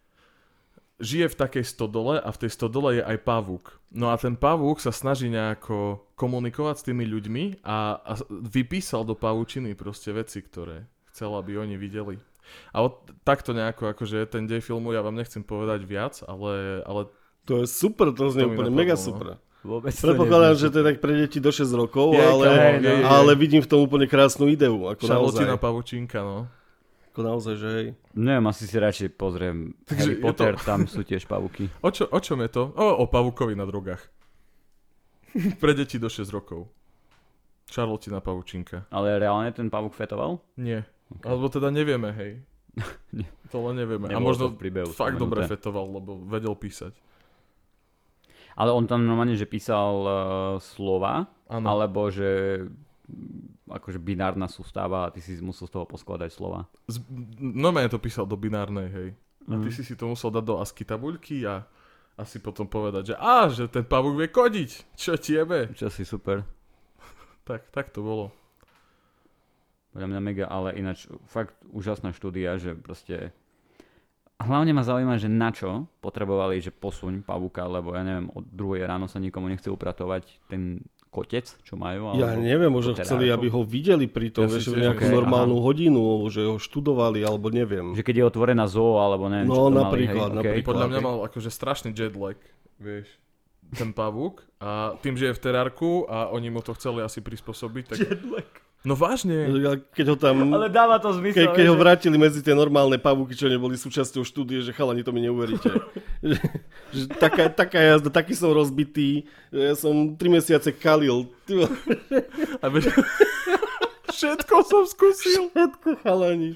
žije v takej stodole a v tej stodole je aj pavúk. No a ten pavúk sa snaží nejako komunikovať s tými ľuďmi a vypísal do pavučiny proste veci, ktoré chcel, aby oni videli. A takto nejako, akože ten dej filmu, ja vám nechcem povedať viac, ale... To je super, to znie úplne mega super. Vôbec predpokladám, že to je tak pre deti do 6 rokov, ale vidím v tom úplne krásnu ideu. Šarlotina pavučinka, no. Ako naozaj, že hej. Neviem, asi si radšej pozriem Harry Potter, tam sú tiež pavúky. O čom je to? O pavúkovi na drogách. Pre deti do 6 rokov. Šarlotina pavučinka. Ale reálne ten pavúk fetoval? Nie. Okay. Alebo teda nevieme, hej. To len nevieme. A možno fakt dobre fetoval, lebo vedel písať. Ale on tam normálne, že písal slova, alebo že akože binárna sústava a ty si musel z toho poskladať slova. Normálne to písal do binárnej, hej. A ty si to musel dať do ASCII tabuľky a asi potom povedať, že ten pavúk vie kodiť. Čo tiebe? Čo si super. Tak to bolo. Podľa mňa mega, ale ináč fakt úžasná štúdia, že proste hlavne ma zaujíma, že na čo potrebovali, že posuň pavúka, lebo ja neviem, od 2:00 ráno sa nikomu nechce upratovať ten kotec, čo majú. Ja neviem, možno chceli, aby ho videli pri tom, že nejakú normálnu hodinu, že ho študovali, alebo neviem. Že keď je otvorená zoo, alebo neviem, čo to napríklad, mali. Napríklad. Podľa mňa mal akože strašný jetlag, vieš, ten pavúk a tým, že je v terárku a oni mu to chceli asi prispôsobiť, tak... Jetlag. No vážne. Keď ho tam... Ale dáva to zmysel. Keď ho vrátili medzi tie normálne pavúky, čo neboli súčasťou štúdie, že chalani, to mi neuveríte. že taká jazda, taký som rozbitý. Ja som 3 mesiace kalil. Všetko som skúsil. Všetko, chalani.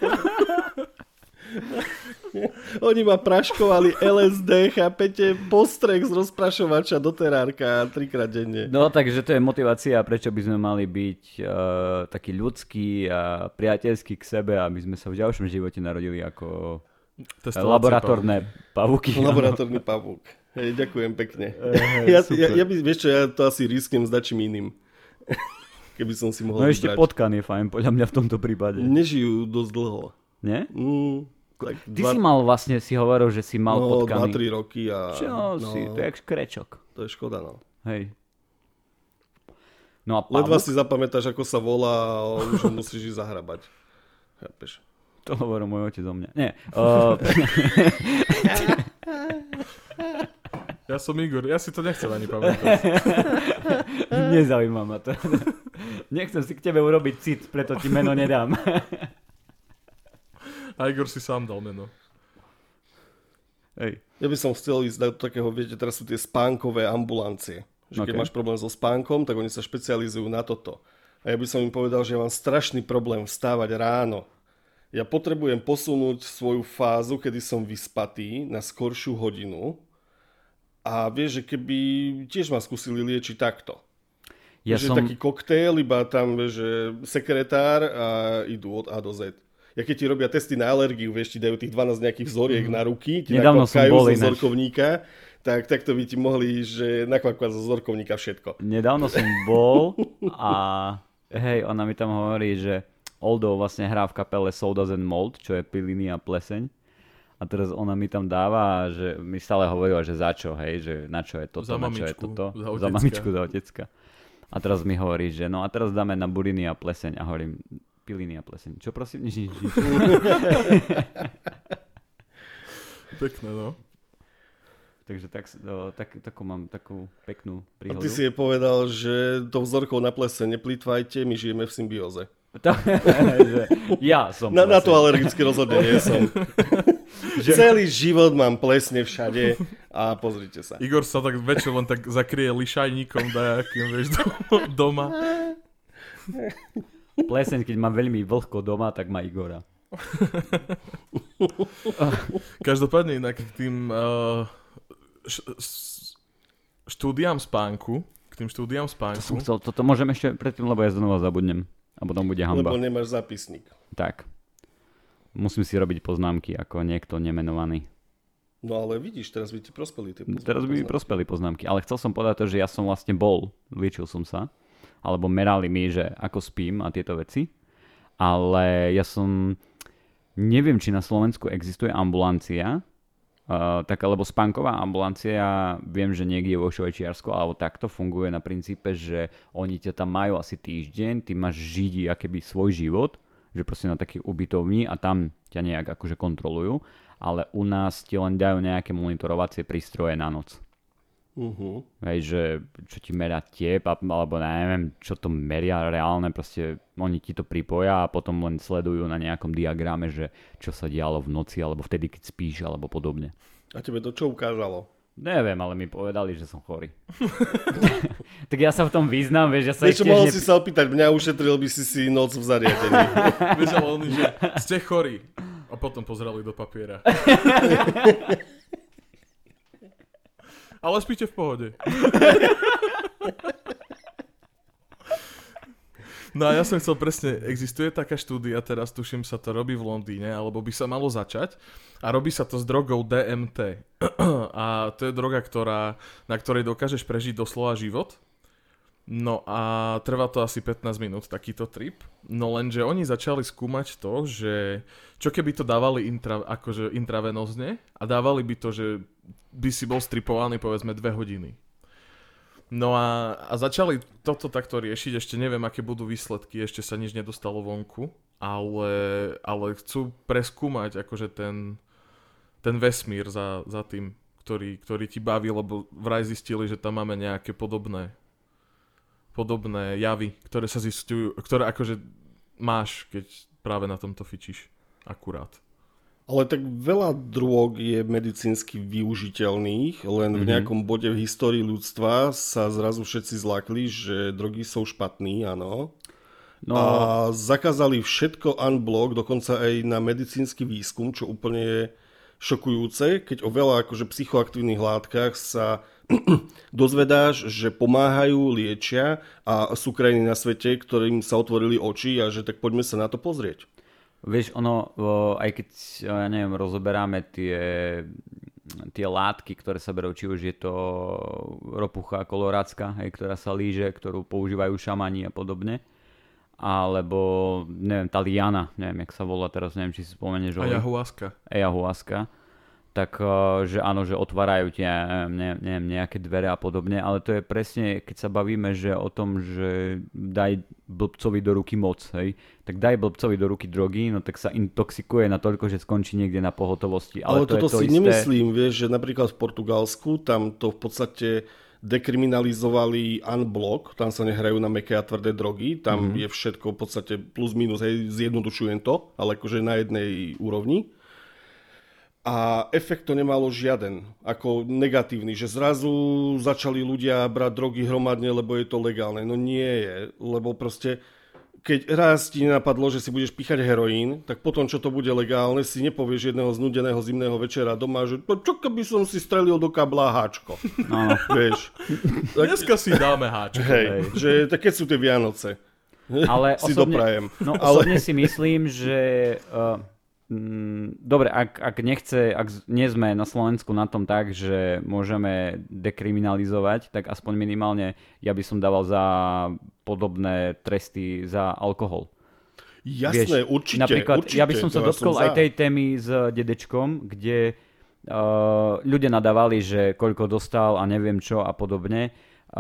Oni ma praškovali LSD, chápete, postrek z rozprašovača do terárka 3-krát denne. No takže to je motivácia, prečo by sme mali byť takí ľudskí a priateľskí k sebe, aby sme sa v ďalšom živote narodili ako laboratórne pavúky. Laboratórny pavúk. Hej, ďakujem pekne. Vieš čo, ja to asi risknem s dačím iným. Keby som si mohol vybrať. No ešte potkan je fajn, podľa mňa v tomto prípade. Nežijú dosť dlho. Nie? Ty si mal vlastne, si hovoril, že si mal potkany. 2-3 roky a... Čo si, to je jak škrečok. To je škoda, no. Hej. No a ledva si zapamätáš, ako sa volá a už musíš ísť zahrabať. Chápeš? To hovorí môj otec o mňa. Nie. Ja som Igor, ja si to nechcem ani pamätať. Nezaujíma ma to. Nechcem si k tebe urobiť cit, preto ti meno nedám. A Igor si sám dal meno. Hej. Ja by som chcel ísť do takého, viete, teraz sú tie spánkové ambulancie. Že keď máš problém so spánkom, tak oni sa špecializujú na toto. A ja by som im povedal, že ja mám strašný problém vstávať ráno. Ja potrebujem posunúť svoju fázu, kedy som vyspatý, na skoršiu hodinu. A vieš, že keby tiež ma skúsili liečiť takto. Že taký koktail, iba tam, vieš, že sekretár a idú od A do Z. Ja keď ti robia testy na alergiu, vieš, ti dajú tých 12 nejakých vzoriek na ruky, ti nakvapkajú zo vzorkovníka, tak to by ti mohli, že nakvapkať zo vzorkovníka všetko. Nedávno som bol a hej, ona mi tam hovorí, že Oldo vlastne hrá v kapele Soul Doesn't Mold, čo je piliny a pleseň. A teraz ona mi tam dáva, že mi stále hovorila, že za čo, hej, že na čo je toto, za na mamičku, čo je toto. za mamičku, za otecka. A teraz mi hovorí, že no a teraz dáme na buriny a pleseň. A hovorím, piliny a pleseň. Čo prosím? Nič. Pekné, no. Takže takú mám takú peknú príhodu. A ty si jej povedal, že do vzorkov na pleseň neplýtvajte, my žijeme v symbióze. Ja som na to alergicky rozhodne nie som. Celý život mám plesne všade a pozrite sa. Igor sa tak večer len tak zakrie lišajníkom dajakým, vieš, doma. Pleseň, keď má veľmi vlhko doma, tak má Igora. Každopádne inak k tým štúdiám spánku. Toto môžem ešte predtým, lebo ja znova zabudnem. A potom bude hanba. Lebo nemáš zápisník. Tak. Musím si robiť poznámky ako niekto nemenovaný. No ale vidíš, teraz by ti prospeli tie poznámky. Teraz by mi prospeli poznámky. Ale chcel som povedať to, že ja som vlastne liečil som sa. Alebo merali mi, že ako spím a tieto veci. Ale ja som... Neviem, či na Slovensku existuje ambulancia. Lebo spánková ambulancia, viem, že niekde vo Švajčiarsku alebo takto funguje na princípe, že oni ťa tam majú asi týždeň, ty máš žiť akoby svoj život, že proste na takých ubytovní a tam ťa nejak akože kontrolujú, ale u nás ti len dajú nejaké monitorovacie prístroje na noc. Hej, že čo ti meria tep, alebo neviem, čo to meria reálne, proste oni ti to pripoja a potom len sledujú na nejakom diagrame, že čo sa dialo v noci, alebo vtedy, keď spíš, alebo podobne. A tebe to čo ukázalo? Neviem, ale mi povedali, že som chorý. Tak ja sa v tom vyznám, vieš, ja sa ešte... mohol si sa opýtať, mňa ušetril by si noc v zariadení. Vieš, ale oni, že ste chorí. A potom pozerali do papiera. Ale spíte v pohode. No a ja som chcel presne, existuje taká štúdia, teraz tuším sa to robí v Londýne, alebo by sa malo začať. A robí sa to s drogou DMT. A to je droga, na ktorej dokážeš prežiť doslova život. No a trvá to asi 15 minút, takýto trip. No lenže oni začali skúmať to, že čo keby to dávali akože intravenózne a dávali by to, že by si bol stripovaný povedzme 2 hodiny. No a začali toto takto riešiť, ešte neviem, aké budú výsledky, ešte sa nič nedostalo vonku, ale chcú preskúmať akože ten vesmír za tým, ktorý ti baví, lebo vraj zistili, že tam máme nejaké podobné javy, ktoré sa zistujú, ktoré akože máš, keď práve na tomto fičíš akurát. Ale tak veľa drog je medicínsky využiteľných, len v nejakom bode v histórii ľudstva sa zrazu všetci zlákli, že drogy sú špatný, áno. No. A zakázali všetko unblock, dokonca aj na medicínsky výskum, čo úplne je šokujúce, keď o veľa akože psychoaktívnych látkach sa dozvedáš, že pomáhajú, liečia a sú krajiny na svete, ktorým sa otvorili oči a že tak poďme sa na to pozrieť. Vieš, aj keď, ja neviem, rozoberáme tie látky, ktoré sa berú, či už je to ropucha kolorátska, ktorá sa líže, ktorú používajú šamani a podobne, alebo, neviem, tá liana, neviem, jak sa volá teraz, neviem, či si spomenieš. Ayahuasca. Ayahuasca. tak že áno, že otvárajú tie neviem, nejaké dvere a podobne, ale to je presne, keď sa bavíme, že o tom, že daj blbcovi do ruky moc, hej, tak daj blbcovi do ruky drogy, no tak sa intoxikuje natoľko, že skončí niekde na pohotovosti. Ale to toto je to si isté. nemyslím, vieš, že napríklad v Portugalsku tam to v podstate dekriminalizovali unblock, tam sa nehrajú na mäkké a tvrdé drogy, tam je všetko v podstate plus minus, hej, zjednodušujem to, ale akože na jednej úrovni. A efekt to nemalo žiaden, ako negatívny, že zrazu začali ľudia brať drogy hromadne, lebo je to legálne. No nie je, lebo proste, keď raz ti nenapadlo, že si budeš píchať heroín, tak potom, čo to bude legálne, si nepovieš jedného znudeného zimného večera doma, že čo keby som si strelil do kabla háčko. No. Vieš. Dneska si dáme háčko. Hej, že tak keď sú tie Vianoce. Ale si doprajem. No osobne si myslím, že... dobre, ak nie sme na Slovensku na tom tak, že môžeme dekriminalizovať, tak aspoň minimálne ja by som dával za podobné tresty za alkohol. Jasné, určite. Napríklad, určite, ja by som sa dotkol aj tej témy s dedečkom, kde ľudia nadávali, že koľko dostal a neviem čo a podobne.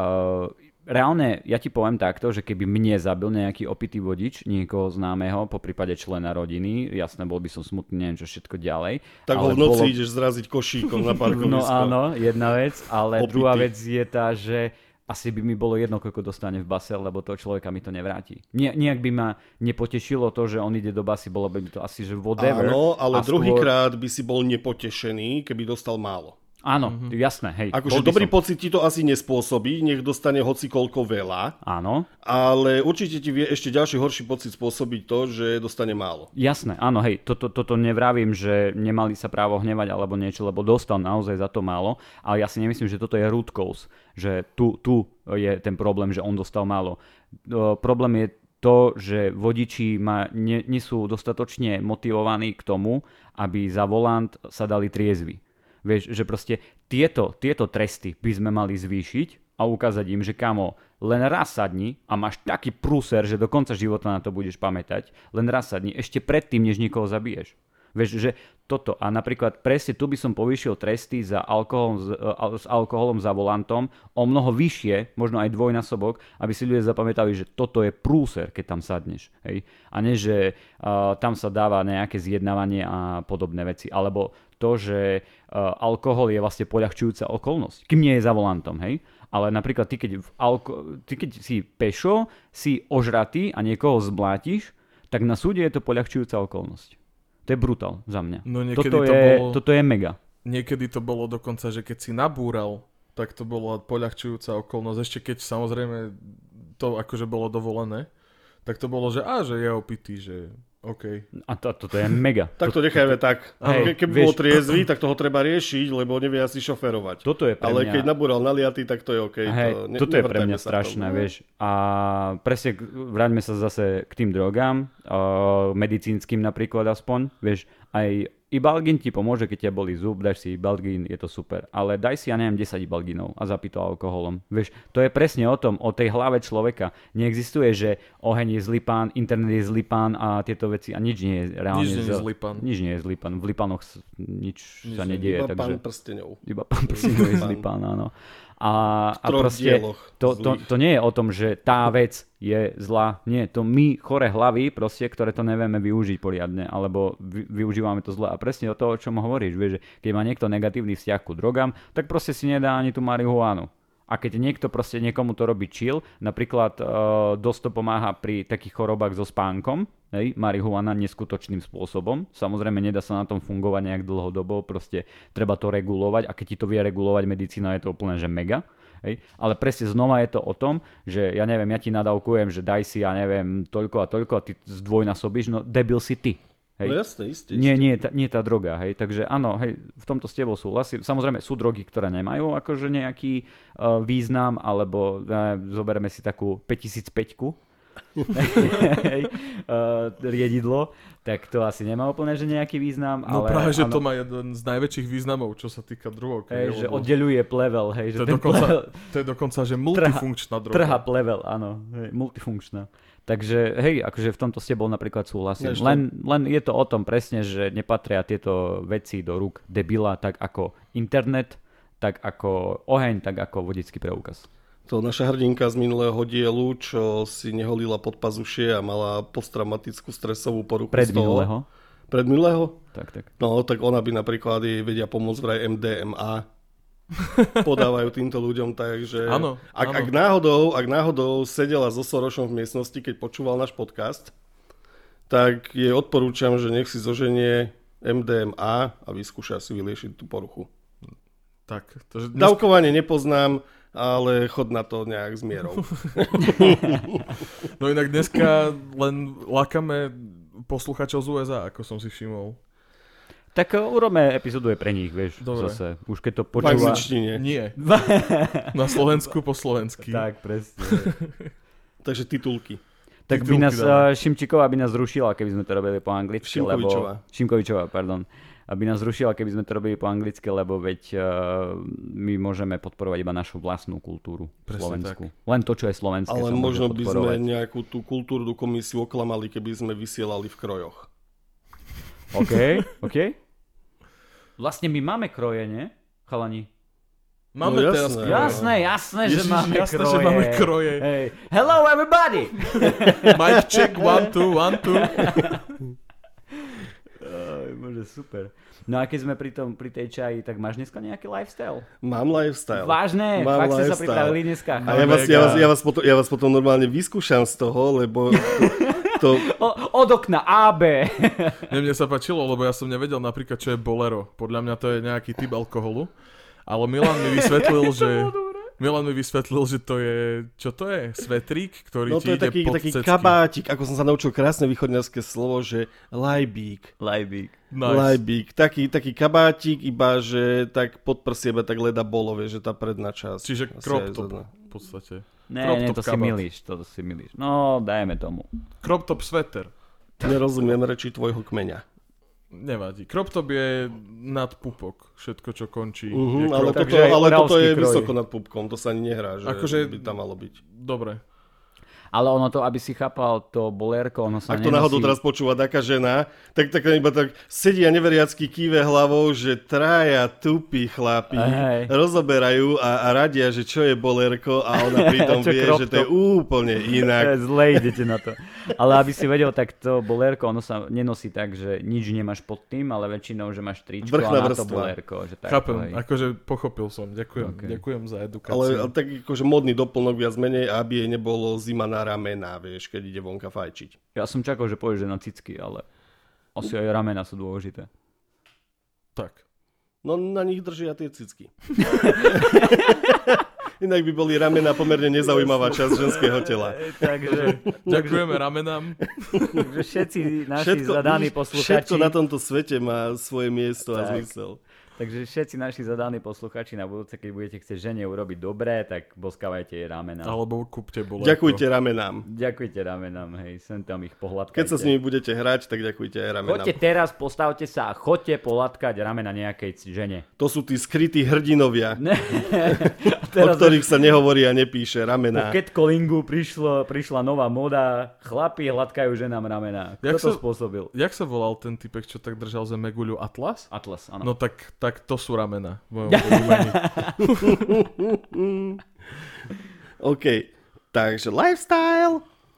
Reálne, ja ti poviem takto, že keby mne zabil nejaký opitý vodič, niekoho známeho, po prípade člena rodiny, jasné, bol by som smutný, neviem čo všetko ďalej. Tak ho v noci ideš zraziť košíkom na parkovisku. No áno, jedna vec, ale opitý. Druhá vec je tá, že asi by mi bolo jedno, koľko dostane v base, lebo toho človeka mi to nevráti. Nijak by ma nepotešilo to, že on ide do basy, bolo by mi to asi, že whatever. Áno, ale druhýkrát by si bol nepotešený, keby dostal málo. Áno, jasné, hej. Akože dobrý pocit ti to asi nespôsobí, nech dostane hocikoľko veľa. Áno. Ale určite ti vie ešte ďalší horší pocit spôsobiť to, že dostane málo. Jasné, áno, hej, toto nevravím, že nemali sa právo hnevať alebo niečo, lebo dostal naozaj za to málo, ale ja si nemyslím, že toto je root cause, že tu je ten problém, že on dostal málo. Problém je to, že vodiči nie sú dostatočne motivovaní k tomu, aby za volant sa dali triezvy. Vieš, že proste tieto tresty by sme mali zvýšiť a ukázať im, že kamo, len raz sadni a máš taký prúser, že do konca života na to budeš pamätať, len raz sadni, ešte predtým, než nikoho zabiješ. Vieš, že toto. A napríklad presne tu by som povýšil tresty za s alkoholom za volantom o mnoho vyššie, možno aj dvojnásobok, aby si ľudia zapamätali, že toto je prúser, keď tam sadneš. Hej? A nie, že tam sa dáva nejaké zjednávanie a podobné veci. Alebo to, že alkohol je vlastne poľahčujúca okolnosť. Kým nie je za volantom, hej? Ale napríklad ty, keď si pešo, si ožratý a niekoho zblátiš, tak na súde je to poľahčujúca okolnosť. To je brutál za mňa. No Toto je mega. Niekedy to bolo dokonca, že keď si nabúral, tak to bola poľahčujúca okolnosť. Ešte keď samozrejme to akože bolo dovolené, tak to bolo, že je opitý, že OK. A toto je mega. Tak to nechajme tak. Keby bol triezvy, tak toho treba riešiť, lebo nevie asi šoferovať. Toto je pre ale mňa... keď nabúral naliatý, tak to je OK. Toto je pre mňa strašné, vieš. A presne vráťme sa zase k tým drogám, medicínskym napríklad aspoň, vieš, aj Ibalgin ti pomôže, keď ťa bolí zub, dáš si Ibalgin, je to super. Ale daj si, 10 Ibalginov a zapí to alkoholom. Vieš, to je presne o tom, o tej hlave človeka. Neexistuje, že oheň je zlý pán, internet je zlý pán a tieto veci a nič nie je reálne zlý pán. Nič nie je zlý pán. V Lipanoch nič sa nedieje. Iba pán prsteňov. Iba pán prsteňov je zlý pán, áno. A proste to nie je o tom, že tá vec je zlá. Nie, to my chore hlavy proste, ktoré to nevieme využiť poriadne, alebo využívame to zle. A presne o toho, o čom hovoríš, vieš, že keď má niekto negatívny vzťah ku drogám, tak proste si nedá ani tú marihuánu. A keď niekto proste niekomu to robí chill, napríklad dosť to pomáha pri takých chorobách so spánkom, hej, marihuana neskutočným spôsobom. Samozrejme, nedá sa na tom fungovať nejak dlhodobo, proste treba to regulovať a keď ti to vie regulovať medicína, je to úplne že mega. Hej. Ale presne znova je to o tom, že ja neviem, ja ti nadávkujem, že daj si, ja neviem, toľko a toľko a ty zdvojnásobíš, no debil si ty. Hej. No jasne, isté. Nie tá droga, hej. Takže áno, hej, v tomto s tebou súhlasím. Samozrejme sú drogy, ktoré nemajú akože nejaký význam, alebo zoberieme si takú 5005, riedidlo, tak to asi nemá úplne že nejaký význam. No ale, práve, že to má jeden z najväčších významov, čo sa týka druhov. Že oddeľuje plevel. Hej, že to je dokonca, že multifunkčná droga. Trhá plevel, áno. Hej, multifunkčná. Takže hej, akože v tomto s tebou napríklad súhlasím. Len je to o tom presne, že nepatria tieto veci do rúk debila, tak ako internet, tak ako oheň, tak ako vodický preukaz. To naša hrdinka z minulého dielu, čo si neholila pod pazušie a mala posttraumatickú stresovú poruchu. Predminulého? Tak. No, tak ona by napríklad jej vedia pomôcť vraj MDMA. Podávajú týmto ľuďom, takže áno. Ak náhodou sedela so Sorošom v miestnosti, keď počúval náš podcast, tak jej odporúčam, že nech si zoženie MDMA a vyskúša si vyliešiť tú poruchu. Tak, dávkovanie nepoznám, ale chod na to nejak s mierou. No inak dneska len lákame posluchačov z USA, ako som si všimol. Tak urobme epizódu je pre nich, vieš, dobre. Zase. Už keď to počúva... Nie. Na Slovensku po slovensky. Tak, presne. Takže titulky. Tak by nás Šimčíková by nás zrušila, keby sme to robili po anglicky. Šimkovičová, pardon. Aby nás zrušila, keby sme to robili po anglicky, lebo veď my môžeme podporovať iba našu vlastnú kultúru slovenskú. Len to, čo je slovenské. Ale možno by sme nejakú tú kultúrnu komisiu oklamali, keby sme vysielali v krojoch. OK. Vlastne my máme kroje, nie? Chalani. Máme teraz kroje. Jasné, že máme kroje. Že máme kroje. Hey. Hello everybody! Mic check, 1, 2, 1, 2. Bože, super. No a keď sme pri tej čaji, tak máš dneska nejaký lifestyle? Mám lifestyle. Vážne? Fakt ste sa pripravili dneska? A ja vás potom normálne vyskúšam z toho, lebo... Od okna A, B. Mne sa páčilo, lebo ja som nevedel napríklad, čo je bolero. Podľa mňa to je nejaký typ alkoholu. Ale Milan mi vysvetlil, že to je... Čo to je? Svetrík, ktorý ti ide pod cecky. No to je taký kabátik, ako som sa naučil krásne východňarské slovo, že lajbík. Nice. Lajbík. Taký kabátik, iba že tak pod prsiebe tak leda bolo, vieš, že tá predná časť. Čiže crop top v podstate. Ne, to si milíš. No, dajme tomu. Crop top sweater. Nerozumiem reči tvojho kmeňa. Nevadí. Crop top je nad pupok. Všetko, čo končí. Ale toto je vysoko nad pupkom. To sa ani nehrá, že by tam malo byť. Dobre. Ale ono to, aby si chápal to bolérko, ono sa nenosí... Ak to náhodou teraz počúva taká žena, tak iba tak sedí a neveriacky kýve hlavou, že traja tupí chlapi rozoberajú a radia, že čo je bolérko a ona pritom vie, že to je úplne inak. Zle idete na to. Ale aby si vedel, tak to bolérko, ono sa nenosí tak, že nič nemáš pod tým, ale väčšinou, že máš tričko a na to bolérko. Že tak, chápem, akože pochopil som. Ďakujem za edukáciu. Ale tak akože modný doplnok viac menej, aby jej nebolo zima na ramena, vieš, keď ide vonka fajčiť. Ja som čakal, že povieš, že na cicky, ale asi aj ramena sú dôležité. Tak. No na nich držia tie cicky. Inak by boli ramena pomerne nezaujímavá časť ženského tela. Takže ďakujeme ramenám. Takže všetci naši zadaní posluchači... Všetko na tomto svete má svoje miesto a zmysel. Takže všetci naši zadaní posluchači na budúce, keď budete chcieť žene urobiť dobré, tak boskávajte jej ramena. Alebo kúpte bolérko. Ďakujte ramenám, hej, sem tam ich pohľadkajte. Keď sa s nimi budete hrať, tak ďakujte aj ramenám. Choďte teraz, postavte sa a choďte pohľadkať ramena nejakej žene. To sú tí skrytí hrdinovia, o ktorých sa nehovorí a nepíše, ramená. Po catcallingu prišla nová moda, chlapi hladkajú ženám ramená. Kto to spôsobil? Jak sa volal ten typek, čo tak držal zemeguľu? Atlas? Atlas, áno. No tak to sú ramena. OK, takže lifestyle.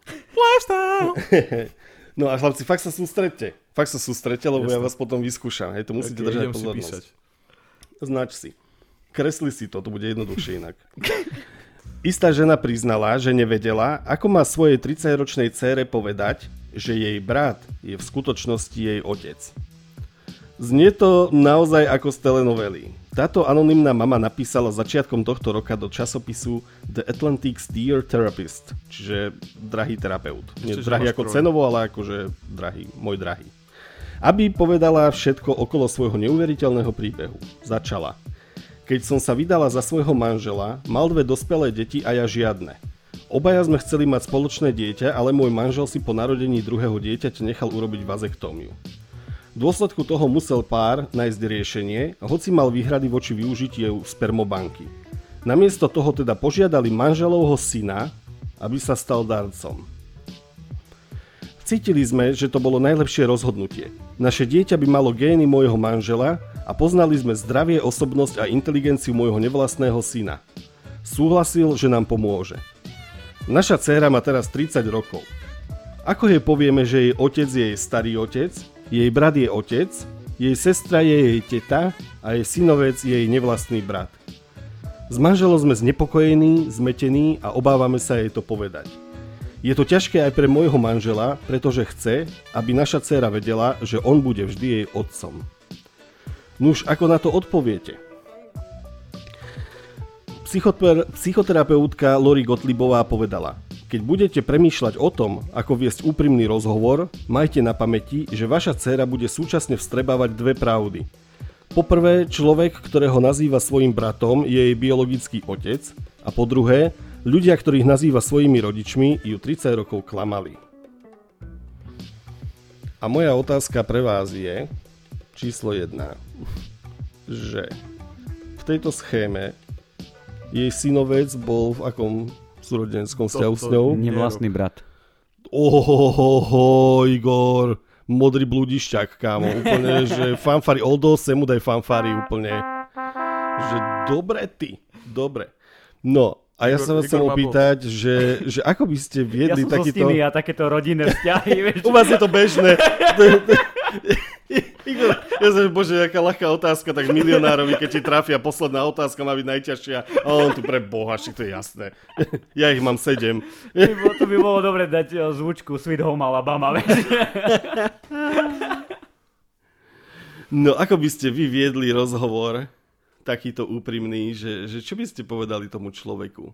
No a chlapci, fakt sa sústredte, lebo ja vás potom vyskúšam. Hej, to musíte držať pozornosť. Znač si. Kresli si to bude jednoduchšie inak. Istá žena priznala, že nevedela, ako má svojej 30-ročnej dcére povedať, že jej brat je v skutočnosti jej otec. Znie to naozaj ako z telenovely. Táto anonymná mama napísala začiatkom tohto roka do časopisu The Atlantic's Dear Therapist, čiže drahý terapeut. Nie drahý ako cenovo, ale akože drahý, môj drahý. Aby povedala všetko okolo svojho neuveriteľného príbehu. Začala. Keď som sa vydala za svojho manžela, mal 2 dospelé deti a ja žiadne. Obaja sme chceli mať spoločné dieťa, ale môj manžel si po narodení druhého dieťaťa nechal urobiť vazektómiu. V dôsledku toho musel pár nájsť riešenie, hoci mal výhrady voči využitiu spermobanky. Namiesto toho teda požiadali manželovho syna, aby sa stal darcom. Cítili sme, že to bolo najlepšie rozhodnutie. Naše dieťa by malo gény môjho manžela a poznali sme zdravie, osobnosť a inteligenciu môjho nevlastného syna. Súhlasil, že nám pomôže. Naša dcéra má teraz 30 rokov. Ako jej povieme, že jej otec je jej starý otec, jej brat je otec, jej sestra je jej teta a jej synovec je jej nevlastný brat? S manželom sme znepokojení, zmetení a obávame sa jej to povedať. Je to ťažké aj pre môjho manžela, pretože chce, aby naša dcéra vedela, že on bude vždy jej otcom. Nuž, ako na to odpoviete? Psychoterapeutka Lori Gottliebová povedala: keď budete premýšľať o tom, ako viesť úprimný rozhovor, majte na pamäti, že vaša dcéra bude súčasne vstrebávať dve pravdy. Poprvé, človek, ktorého nazýva svojim bratom, je jej biologický otec, a po druhé, ľudia, ktorých nazýva svojimi rodičmi, ju 30 rokov klamali. A moja otázka pre vás je, číslo 1, že v tejto schéme jej synovec bol v akom súrodenskom vzťahu s ňou? Nevlastný brat. Ohohoho, Igor, modrý blúdišťak, kámo, úplne, že fanfary, Oldo, semu daj fanfary, úplne, že dobre ty, dobre. No, a ja sa vás chcem opýtať, že ako by ste viedli takýto... Ja takéto rodinné vzťahy. U vás je to bežné. Igor, ja som, bože, aká ľahká otázka, tak milionárovi, keď ti trafia, posledná otázka má byť najťažšia, a on tu pre boha, však to je jasné. Ja ich mám 7. To by bolo dobre dať zvučku Sweet Home Alabama, vieš. No, ako by ste vy viedli rozhovor takýto úprimný, že čo by ste povedali tomu človeku?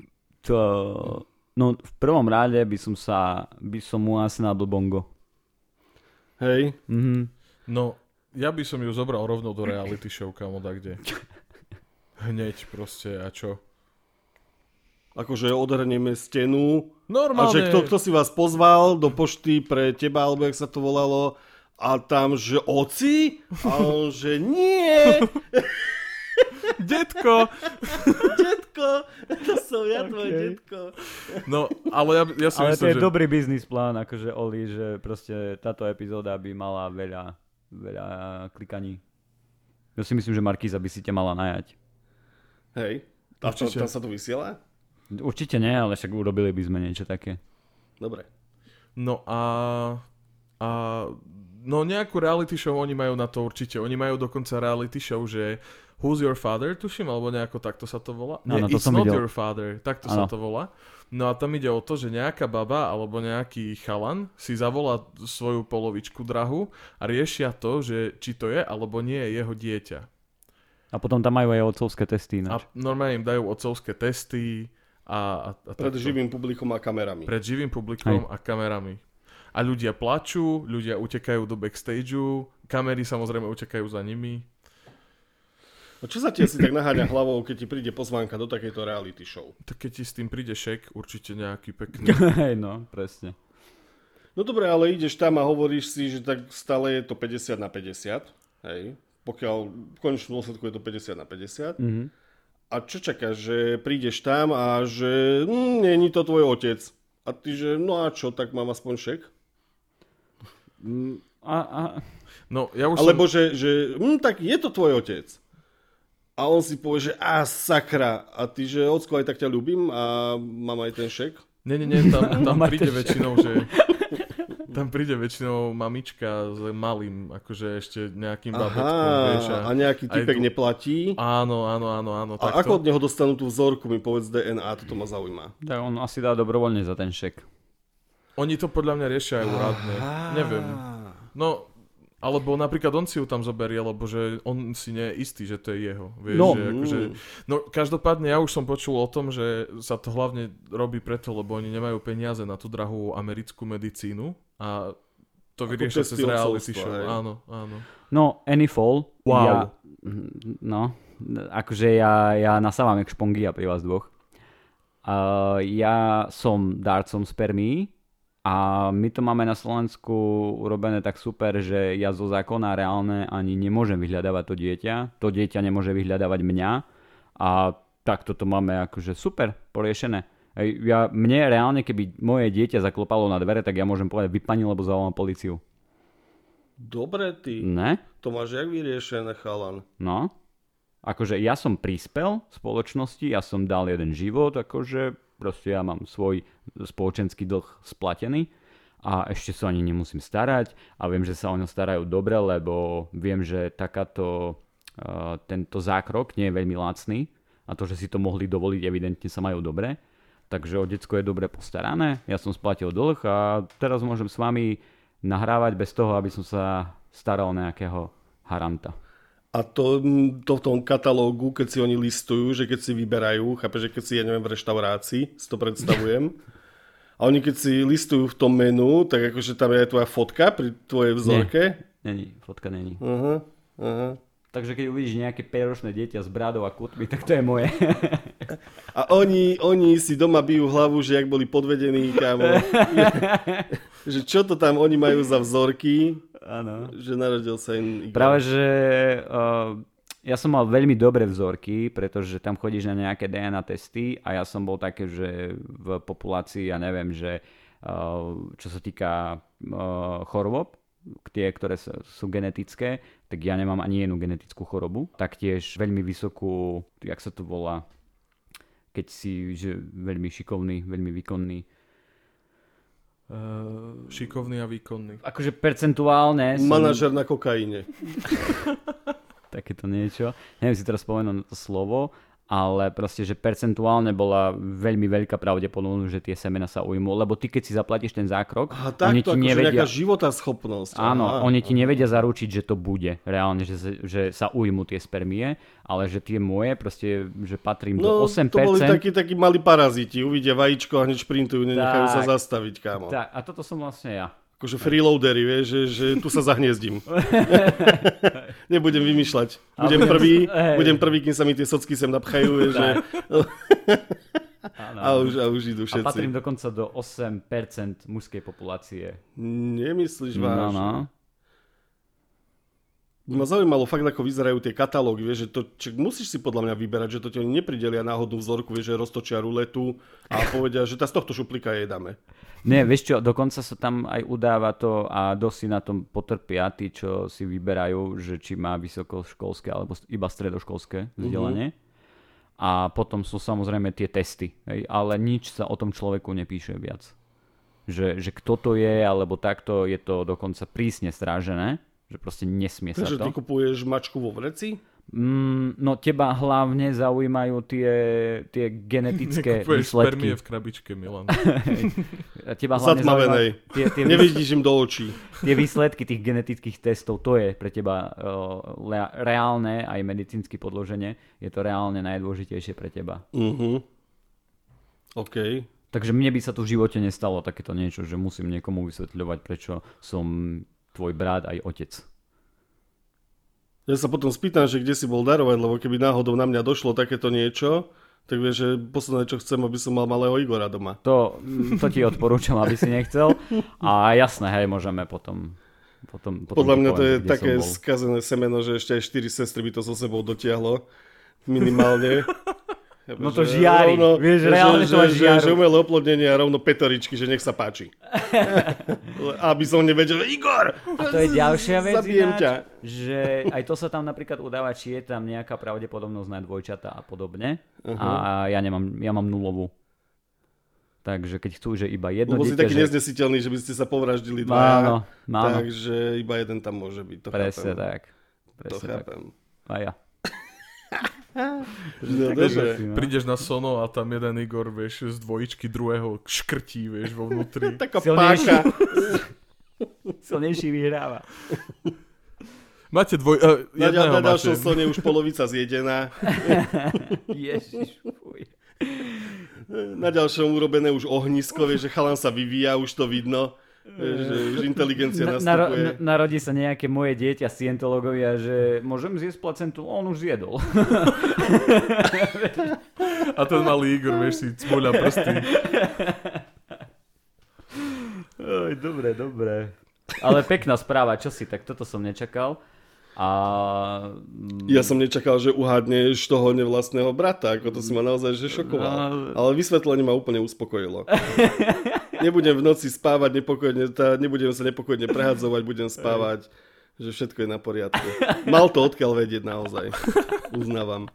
No, v prvom rade by som mu asi nadol bongo. Hej? Mhm. No, ja by som ju zobral rovno do reality show, kamo, kde. Hneď proste, a čo? Akože odhrnieme stenu. Normálne. A že kto si vás pozval do pošty pre teba, alebo jak sa to volalo, a tam, že oci? A on, že nie. Detko. Detko, to som ja, tvoj detko. No, ale ja si ale myslím, to je dobrý biznis plán, akože Oli, že proste táto epizóda by mala veľa klikaní. Ja si myslím, že Markíza by si ťa mala najať. Hej, a tam sa to vysiela? Určite nie, ale však urobili by sme niečo také. Dobre. No a no nejakú reality show oni majú na to určite. Oni majú dokonca reality show, že Who's Your Father, tuším, alebo nejako takto sa to volá. Nie, to It's Not videl. Your Father, takto sa to volá. No a tam ide o to, že nejaká baba alebo nejaký chalan si zavolá svoju polovičku drahu a riešia to, že či to je alebo nie je jeho dieťa. A potom tam majú aj otcovské testy. A normálne im dajú otcovské testy a pred živým publikom a kamerami. Pred živým publikom a kamerami. A ľudia plačú, ľudia utekajú do backstageu, kamery samozrejme utekajú za nimi. A čo sa ti asi tak naháňa hlavou, keď ti príde pozvánka do takejto reality show? Tak keď ti s tým príde šek, určite nejaký pekný. Hej, no, presne. No dobre, ale ideš tam a hovoríš si, že tak stále je to 50/50. Hej. Pokiaľ v konečnom dôsledku je to 50/50. Mhm. A čo čakáš, že prídeš tam a že nie je to tvoj otec. A ty, že no a čo, tak mám aspoň šek? No, ja už alebo že tak je to tvoj otec. A on si povie, že sakra. A ty, že ocko, aj tak ťa ľúbim a mám aj ten šek? Nie, tam príde väčšinou, že... Tam príde väčšinou mamička s malým, akože ešte nejakým babetkom, vieš. A nejaký typek neplatí. Áno. A takto. ako od neho dostanú tú vzorku, mi povedz DNA, toto ma zaujíma. Tak on asi dá dobrovoľne za ten šek. Oni to podľa mňa riešia aj úradne. Neviem. No, alebo napríklad on si ju tam zoberie, lebo že on si nie je istý, že to je jeho. Vieš, že akože, no každopádne ja už som počul o tom, že sa to hlavne robí preto, lebo oni nemajú peniaze na tú drahú americkú medicínu a to vyriešia cez reality show. Áno. No, Anyfall. Wow. Akože ja nasávam jak špongia pri vás dvoch. Ja som darcom spermií a my to máme na Slovensku urobené tak super, že ja zo zákona reálne ani nemôžem vyhľadávať to dieťa. To dieťa nemôže vyhľadávať mňa a takto to máme akože super poriešené. Mne reálne, keby moje dieťa zaklopalo na dvere, tak ja môžem povedať vypani, lebo zavolám políciu. Dobre ty. Ne? To máš jak vyriešené, chalan. No. Akože ja som prispel v spoločnosti, ja som dal jeden život, akože proste ja mám svoj spoločenský dlh splatený a ešte sa ani nemusím starať a viem, že sa o ňo starajú dobre, lebo viem, že tento zákrok nie je veľmi lacný a to, že si to mohli dovoliť, evidentne sa majú dobre. Takže o decko je dobre postarané, ja som splatil dlh a teraz môžem s vami nahrávať bez toho, aby som sa staral nejakého haranta. A to v tom katalógu, keď si oni listujú, že keď si vyberajú, chápeš, že keď si, ja neviem, v reštaurácii, si to predstavujem, a oni keď si listujú v tom menu, tak akože tam je aj tvoja fotka pri tvojej vzorke. Fotka není. Takže keď uvidíš nejaké 5-ročné dieťa s brádou a kutmi, tak to je moje. A oni si doma bijú hlavu, že jak boli podvedení, kámo. Že čo to tam oni majú za vzorky. Áno. Že narodil sa im Igor. Práve, že ja som mal veľmi dobré vzorky, pretože tam chodíš na nejaké DNA testy a ja som bol také, že v populácii, ja neviem, že čo sa týka chorôb, tie, ktoré sú genetické, tak ja nemám ani jednu genetickú chorobu. Taktiež veľmi vysokú, jak sa to volá, keď si že veľmi šikovný, veľmi výkonný. Šikovný a výkonný. Akože percentuálne manažer na kokaine. Takéto niečo. Neviem si teraz spomenúť to slovo, ale proste, že percentuálne bola veľmi veľká pravdepodobnosť, že tie semena sa ujmú, lebo ty keď si zaplatíš ten zákrok, oni ti nevedia... nejaká životaschopnosť. Áno, oni ti nevedia zaručiť, že to bude reálne, že sa ujmú tie spermie, ale že tie moje proste, že patrím do 8%. To boli takí malí paraziti, uvidia vajíčko a hneď šprintujú, nenechajú sa zastaviť, kámo. Tak, a toto som vlastne ja. Akože freeloadery, vieš, že tu sa zahniezdím. Nebudem vymýšľať. Budem prvý, kým sa mi tie socky sem napchajú, vieš, že... A už idú všetci. A patrím dokonca do 8% mužskej populácie. Nemyslíš vážne? No. Ma zaujímalo fakt, ako vyzerajú tie katalógy, vieš, že to musíš si podľa mňa vyberať, že to ti oni nepridelia náhodnú vzorku, vieš, že roztočia ruletu a povedia, že z tohto šuplíka jedáme. Nie, vieš čo, dokonca sa tam aj udáva to a dosť si na tom potrpia tí, čo si vyberajú, že či má vysokoškolské alebo iba stredoškolské vzdelanie. A potom sú samozrejme tie testy, hej, ale nič sa o tom človeku nepíše viac. Že kto to je, alebo takto je to dokonca prísne strážené. Že proste nesmie sa to. Takže ty kupuješ mačku vo vreci? No teba hlavne zaujímajú tie genetické výsledky. Spermie v krabičke, Milan. Teba hlavne zaujímajú... Nevidíš im do očí. Tie výsledky tých genetických testov, to je pre teba reálne, aj medicínsky podloženie, je to reálne najdôležitejšie pre teba. OK. Takže mne by sa tu v živote nestalo takéto niečo, že musím niekomu vysvetľovať, prečo som tvoj brat aj otec. Ja sa potom spýtam, že kde si bol darovať, lebo keby náhodou na mňa došlo takéto niečo, tak vieš, že posledné, čo chcem, aby som mal malého Igora doma. To ti odporúčam, aby si nechcel. A jasné, hej, môžeme potom podľa mňa to je také skazené semeno, že ešte aj 4 sestry by to so sebou dotiahlo. Minimálne. No to žiari, vieš, reálne to žiari. Že umelé oplodnenie a rovno petoričky, že nech sa páči. Aby som nevedel, Igor! A to je ďalšia vec ináč, že aj to sa tam napríklad udáva, či je tam nejaká pravdepodobnosť na dvojčatá a podobne. A ja mám nulovú. Takže keď chcú, že iba jedno dieťa... Lebo si taký neznesiteľný, že by ste sa povraždili dvaja. Áno. Takže iba jeden tam môže byť. To presne chápem. tak. To chápem. A ja. Prídeš na sono a tam jeden Igor, vieš, z dvojičky druhého škrtí, vieš, vo vnútri. Taká páka. Silnejší vyhráva. Máte jedného na ďalšom slone už polovica zjedená. Ježiš, fuj. Na ďalšom urobené už ohnisko, vieš, že chalan sa vyvíja, už to vidno. Že už inteligencia nastupuje. Narodí sa nejaké moje dieťa scientológovia, že môžem zjesť placentu? On už zjedol. A ten malý Igor, vieš, si cmoľa prsty. Oj, dobre. Ale pekná správa, čo si? Tak toto som nečakal. Ja som nečakal, že uhádneš toho nevlastného brata, ako to si ma naozaj že šokoval. Ale vysvetlenie ma úplne uspokojilo. Nebudem v noci spávať nepokojne, nebudem sa nepokojne prehadzovať, budem spávať, že všetko je na poriadku. Mal to odkiaľ vedieť naozaj. Uznávam.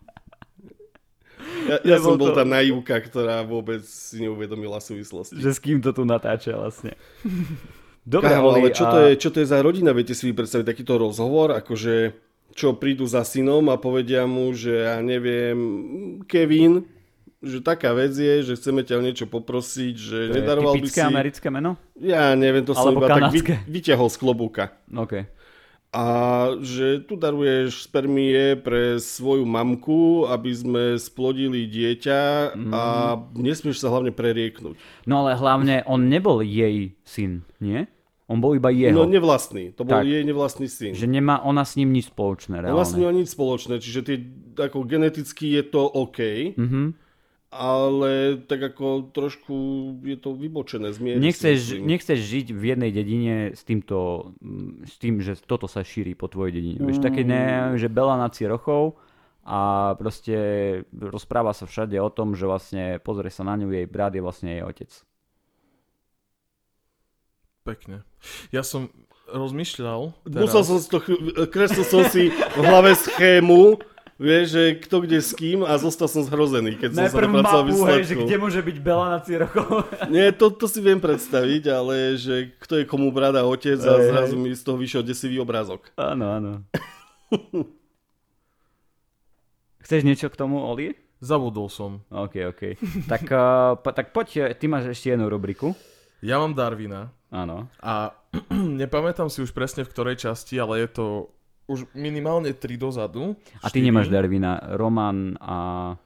Ja som bol tá naivka, ktorá vôbec si neuvedomila súvislosti. Že s kým to tu natáča vlastne. Dobre, ale čo to je za rodina? Viete si vy predstaviť takýto rozhovor, akože čo prídu za synom a povedia mu, že ja neviem, Kevin, že taká vec je, že chceme ťa o niečo poprosiť, že to nedaroval by si... typické americké meno? Ja neviem, to som iba kanadské. tak vyťahol z klobúka. OK. A že tu daruješ spermie pre svoju mamku, aby sme splodili dieťa a nesmieš sa hlavne prerieknúť. No ale hlavne on nebol jej syn, nie? On bol iba jeho. No nevlastný, to bol jej nevlastný syn. Že nemá ona s ním nič spoločné reálne. Ona s ním nič spoločné, čiže ako geneticky je to OK, ale tak ako trošku je to vybočené z miery. Nechceš žiť v jednej dedine s tým, že toto sa šíri po tvojej dedine. Vieš, také že Bela na rochov a proste rozpráva sa všade o tom, že vlastne pozrie sa na ňu, jej brat je vlastne jej otec. Pekne. Ja som rozmýšľal teraz... Musel som si to... Kreslil som si v hlave schému, vieš, že kto kde s kým a zostal som zhrozený, keď som sa dopracoval výsledku. Že kde môže byť Bela na rokov. Nie, to si viem predstaviť, ale že kto je komu brat a otec a zrazu mi z toho vyšiel desivý obrázok. Áno. Chceš niečo k tomu, Oli? Zabudol som. OK. Tak poď, ty máš ešte jednu rubriku. Ja mám Darwina. Áno. A nepamätám si už presne v ktorej časti, ale je to už minimálne 3 dozadu. A ty nemáš Darwina. Roman a...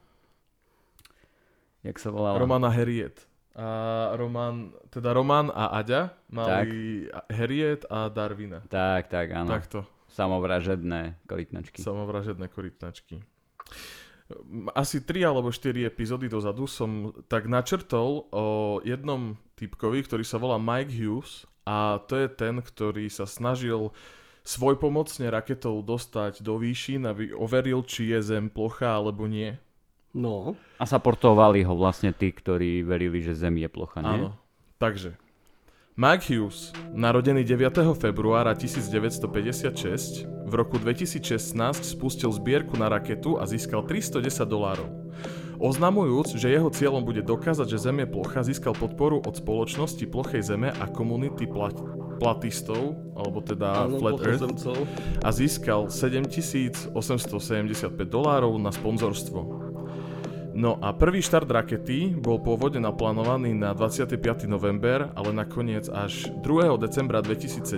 Jak sa volala? Roman a Harriet. A Roman a Aďa mali Harriet a Darwina. Tak, áno. Takto. Samovražedné korytnačky. Asi 3 alebo 4 epizódy dozadu som tak načrtol o jednom typkovi, ktorý sa volá Mike Hughes a to je ten, ktorý sa snažil svojpomocne raketou dostať do výšin, aby overil, či je Zem plochá alebo nie. No. A saportovali ho vlastne tí, ktorí verili, že Zem je plochá, nie? Áno. Takže Mike Hughes, narodený 9. februára 1956, v roku 2016 spustil zbierku na raketu a získal $310. Oznamujúc, že jeho cieľom bude dokázať, že Zem je plocha, získal podporu od spoločnosti Plochej Zeme a komunity platistov, alebo teda Flat Earth, a získal $7,875 na sponzorstvo. No a prvý štart rakety bol pôvodne naplánovaný na 25. november, ale nakoniec až 2. decembra 2017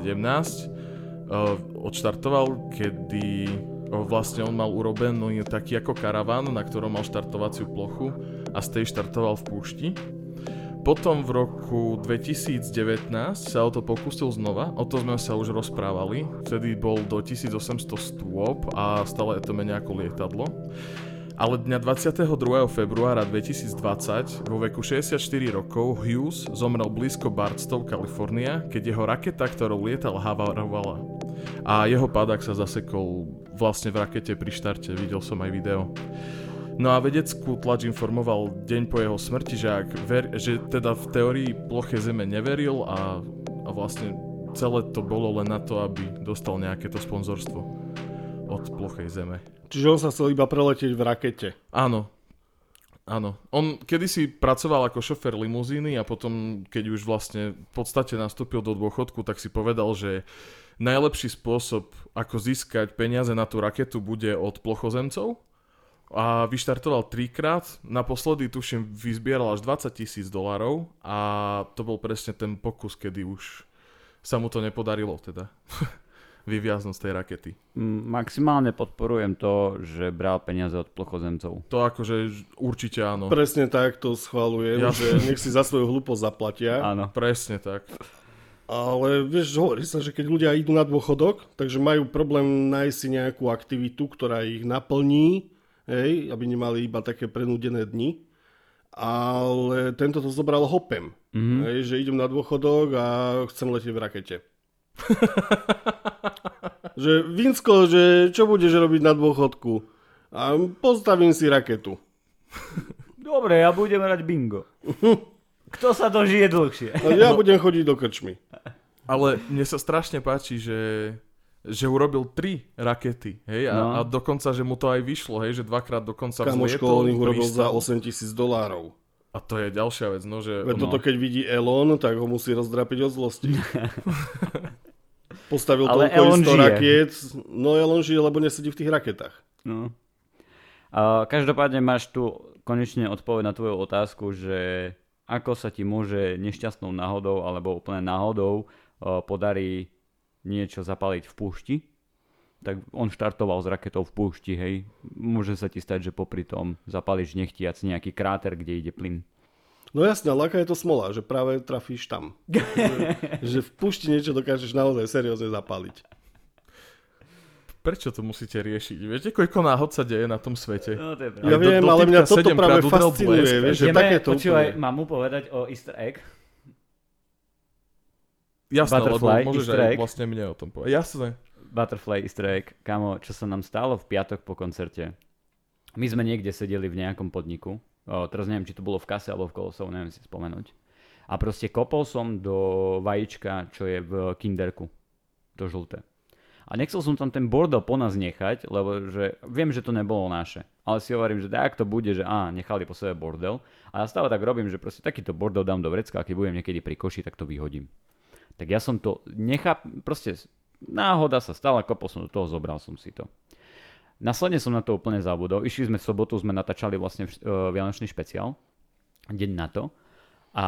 odštartoval, kedy vlastne on mal urobený taký ako karaván, na ktorom mal štartovaciu plochu a z tej štartoval v púšti. Potom v roku 2019 sa o to pokúsil znova, o to sme sa už rozprávali, vtedy bol do 1800 stôp a stále je to menej ako lietadlo. Ale dňa 22. februára 2020 vo veku 64 rokov Hughes zomrel blízko Bardstown, Kalifornia, keď jeho raketa, ktorou lietal, havarovala. A jeho padák sa zasekol vlastne v rakete pri štarte, videl som aj video. No a vedeckú tlač informoval deň po jeho smrti, že teda v teórii ploché Zeme neveril a vlastne celé to bolo len na to, aby dostal nejaké to sponzorstvo od plochej Zeme. Čiže on sa chcel iba preletieť v rakete. Áno. On kedysi pracoval ako šofér limuzíny a potom, keď už vlastne v podstate nastúpil do dôchodku, tak si povedal, že najlepší spôsob, ako získať peniaze na tú raketu, bude od plochozemcov. A vyštartoval 3-krát, naposledy tuším vyzbieral až $20,000 a to bol presne ten pokus, kedy už sa mu to nepodarilo teda. Vyviaznuť z tej rakety. Maximálne podporujem to, že bral peniaze od plochozemcov. To akože určite áno. Presne tak, to schvaľujem, že nech si za svoju hlúposť zaplatia. Áno. Presne tak. Ale vieš, hovorí sa, že keď ľudia idú na dôchodok, takže majú problém nájsť si nejakú aktivitu, ktorá ich naplní, hej, aby nemali iba také prenúdené dni. Ale tento to zobral hopem. Hej, že idem na dôchodok a chcem letieť v rakete. Že Vinsko, že čo budeš robiť na dôchodku? A postavím si raketu. Dobre, ja budem hrať bingo. Kto sa dožije dlhšie? Ja budem chodiť do krčmy. Ale mne sa strašne páči, že urobil 3 rakety, hej, a dokonca, že mu to aj vyšlo, hej, že 2-krát dokonca vzlietol. Kamoško, on ich urobil za $8,000. A to je ďalšia vec, no, že... Toto keď vidí Elon, tak ho musí rozdrapiť od zlosti. Postavil toľko 100 rakiet, no Elon žije, lebo nesedí v tých raketách. No. Každopádne máš tu konečne odpoveď na tvoju otázku, že ako sa ti môže nešťastnou náhodou alebo úplne náhodou podarí niečo zapaliť v púšti. Tak on štartoval s raketou v púšti, hej. Môže sa ti stať, že popri tom zapališ nechtiac nejaký kráter, kde ide plyn. No jasne, ale aká je to smola, že práve trafíš tam. že v púšti niečo dokážeš naozaj seriózne zapaliť. Prečo to musíte riešiť? Viete, koľko náhod sa deje na tom svete? No, to je ja viem, ale mňa toto práve fascinuje. Vieš, že takéto počúvaj, mám mu povedať o Easter egg? Jasné, lebo môžeš aj vlastne mne o tom povedať. Jasné. Butterfly Easter egg. Kamo, čo sa nám stalo v piatok po koncerte? My sme niekde sedeli v nejakom podniku. Teraz neviem, či to bolo v Kase alebo v Kolosov, neviem si spomenúť. A proste kopol som do vajíčka, čo je v kinderku. To žlté. A nechcel som tam ten bordel po nás nechať, lebo že viem, že to nebolo naše. Ale si hovorím, že tak to bude, že nechali po sebe bordel. A ja stále tak robím, že proste takýto bordel dám do vrecka a keď budem niekedy pri koši, tak to vyhodím. Tak ja som to proste náhoda sa stala, kopol som do toho, zobral som si to. Následne som na to úplne zabudol. Išli sme v sobotu, sme natáčali vlastne vianočný špeciál, deň na to. A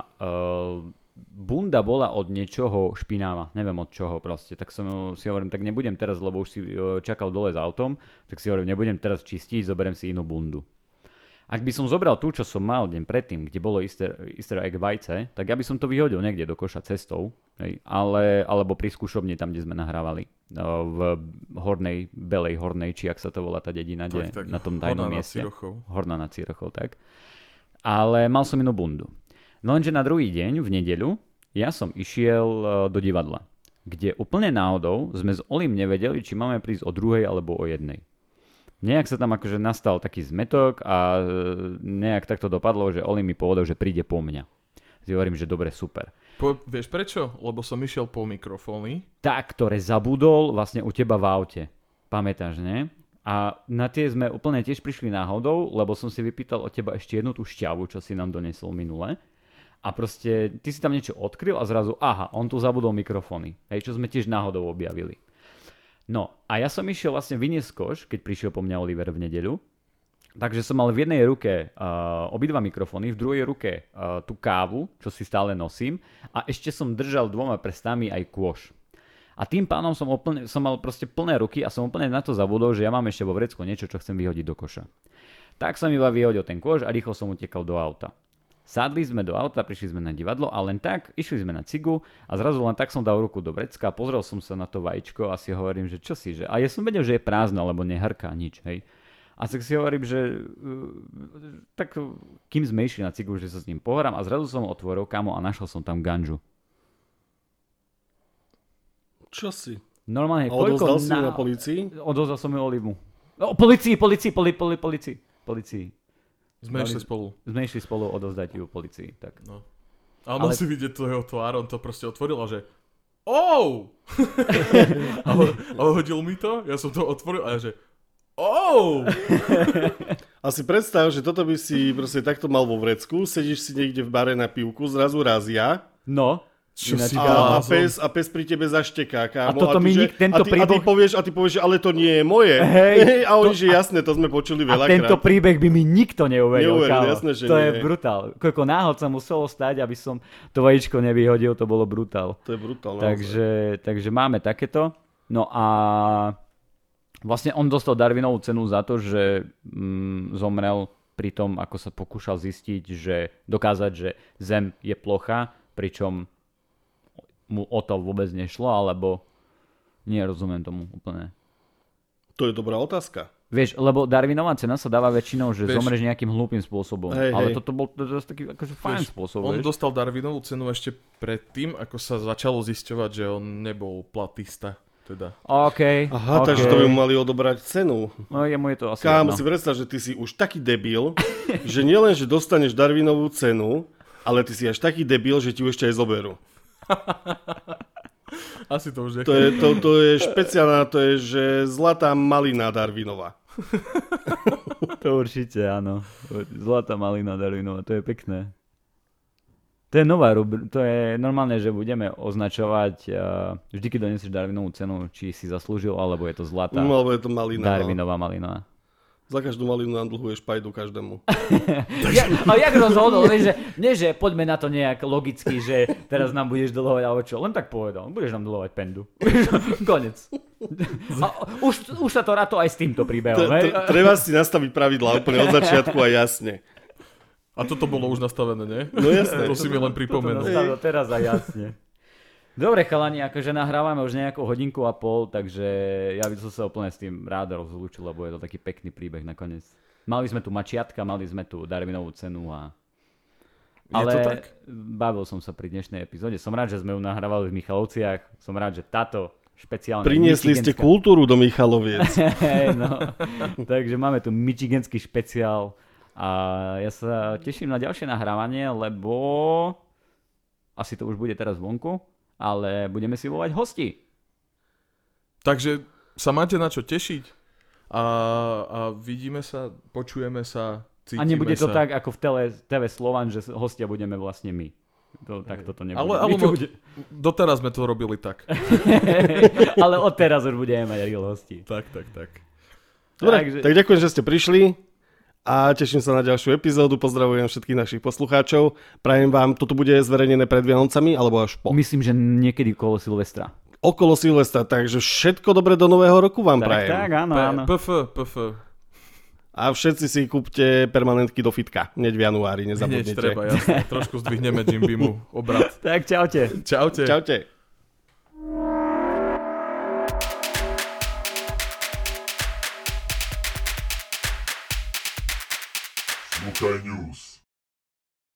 bunda bola od niečoho špinavá, neviem od čoho proste, tak som si hovorím, tak nebudem teraz, lebo už si čakal dole s autom, tak si hovorím, nebudem teraz čistiť, zoberiem si inú bundu. Ak by som zobral tú, čo som mal deň predtým, kde bolo Easter egg vajce, tak ja by som to vyhodil niekde do koša cestou, hej, alebo pri skúšobni tam, kde sme nahrávali, v hornej, belej hornej, či ak sa to volá tá dedina, tak, na tom tajnom mieste. Horná nad Cirochou, tak. Ale mal som inú bundu. No lenže na druhý deň, v nedeľu, ja som išiel do divadla, kde úplne náhodou sme s Olim nevedeli, či máme prísť o 2:00 alebo o 1:00. Nejak sa tam akože nastal taký zmetok a nejak takto dopadlo, že Oli mi povedal, že príde po mňa. Si hovorím, že dobre, super. Vieš prečo? Lebo som išiel po mikrofóny. Tak, ktoré zabudol vlastne u teba v aute. Pamätáš, ne? A na tie sme úplne tiež prišli náhodou, lebo som si vypýtal od teba ešte jednu tú šťavu, čo si nám donesol minule. A proste ty si tam niečo odkryl a zrazu, on tu zabudol mikrofóny. Hej, čo sme tiež náhodou objavili. No a ja som išiel vlastne vyniesť koš, keď prišiel po mňa Oliver v nedeľu. Takže som mal v jednej ruke obidva mikrofóny, v druhej ruke tú kávu, čo si stále nosím. A ešte som držal 2 prstami aj kôš. A tým pánom som mal proste plné ruky a som úplne na to zabudol, že ja mám ešte vo vrecku niečo, čo chcem vyhodiť do koša. Tak som iba vyhodil ten kôš a rýchlo som utekal do auta. Sadli sme do auta, prišli sme na divadlo a len tak išli sme na cigu a zrazu len tak som dal ruku do vrecka, pozrel som sa na to vajíčko a si hovorím, že čo si, že... A ja som vedel, že je prázdna, lebo nehrká nič, hej. A tak si hovorím, že tak kým sme išli na cigu, že sa s ním pohrám a zrazu som otvoril kamo a našiel som tam ganžu. Čo si? Normálne, odozdal si ju na polícii? Odozdal som ju Olivu. Polícii. Sme išli spolu odovzdať ju policii, tak. No. A on si vidieť to jeho tvár, on to proste otvoril a že ale hodil mi to, ja som to otvoril a ja že A si predstav, že toto by si proste takto mal vo vrecku, sedíš si niekde v bare na pivku, zrazu razia. No. A pes pri tebe zašteká, kámo. A toto mi tento príbeh... A ty povieš, že ale to nie je moje. Hej, a oni, že jasné, to sme počuli veľakrát. A tento príbeh by mi nikto neuveril, kámo. Jasné, že to nie. Je brutál. Koľko náhod sa muselo stať, aby som to vajíčko nevyhodil, to bolo brutál. To je brutál. Takže máme takéto. No a vlastne on dostal Darwinovú cenu za to, že zomrel pri tom, ako sa pokúšal zistiť, že dokázať, že Zem je plocha, pričom mu o to vôbec nešlo, alebo nerozumiem tomu úplne. To je dobrá otázka. Vieš, lebo Darwinová cena sa dáva väčšinou, že zomreš nejakým hlúpym spôsobom. Ale toto bol taký akože fajn spôsob. On dostal Darwinovú cenu ešte predtým, ako sa začalo zisťovať, že on nebol platista. Teda. OK. Aha, takže to by mu mali odobrať cenu. No jemu je to asi Kámo, si predstav, že ty si už taký debil, že nielen, že dostaneš Darwinovú cenu, ale ty si až taký debil, že ti ju ešte aj zoberú. Asi to už to je špeciálna, to je, že zlatá malina Darwinova. To určite, áno. Zlatá malina Darwinova, to je pekné. To je nová to je normálne, že budeme označovať vždy, keď donesieš Darwinovú cenu, či si zaslúžil, alebo je to zlatá alebo je to malina, Darwinová malina. Za každú malinu nám dlhuješ pajdu každému. A jak rozhodol, vieš, že nie, že poďme na to nejak logicky, že teraz nám budeš dlhovať, alebo čo, len tak povedal, budeš nám dlhovať pendu. Konec. A už sa to ráto aj s týmto príbehom. Treba si nastaviť pravidlá úplne od začiatku a jasne. A toto bolo už nastavené, nie? No jasné. To si mi len pripomenul. Teraz aj jasne. Dobre chalani, akože nahrávame už nejakú 1.5 hodinu, takže ja by som sa úplne s tým rád rozlúčil, lebo je to taký pekný príbeh nakoniec. Mali sme tu mačiatka, mali sme tu Darwinovú cenu ale to tak? Bavil som sa pri dnešnej epizóde. Som rád, že sme ju nahrávali v Michalovciach. Som rád, že táto špeciálna priniesli ste kultúru do Michaloviec. No. Takže máme tu michiganský špeciál a ja sa teším na ďalšie nahrávanie, lebo asi to už bude teraz vonku. Ale budeme si volať hosti. Takže sa máte na čo tešiť a vidíme sa, počujeme sa, cítime sa. A nebude to tak ako v TV Slovan, že hostia budeme vlastne my. Tak toto nebude. Ale doteraz sme to robili tak. Ale odteraz už budeme mať real hosti. Tak. Dobre, tak ďakujem, že ste prišli. A teším sa na ďalšiu epizódu. Pozdravujem všetkých našich poslucháčov. Prajem vám, toto bude zverejnené pred Vianocami alebo až po? Myslím, že niekedy okolo Silvestra. Okolo Silvestra, takže všetko dobré do nového roku vám prajem. Tak, áno. PF. A všetci si kúpte permanentky do fitka. Hneď v januári, nezabudnite. Hneď treba, jasne. Trošku zdvihneme Jimbymu obrat. Tak čaute. Čaute. Sky News.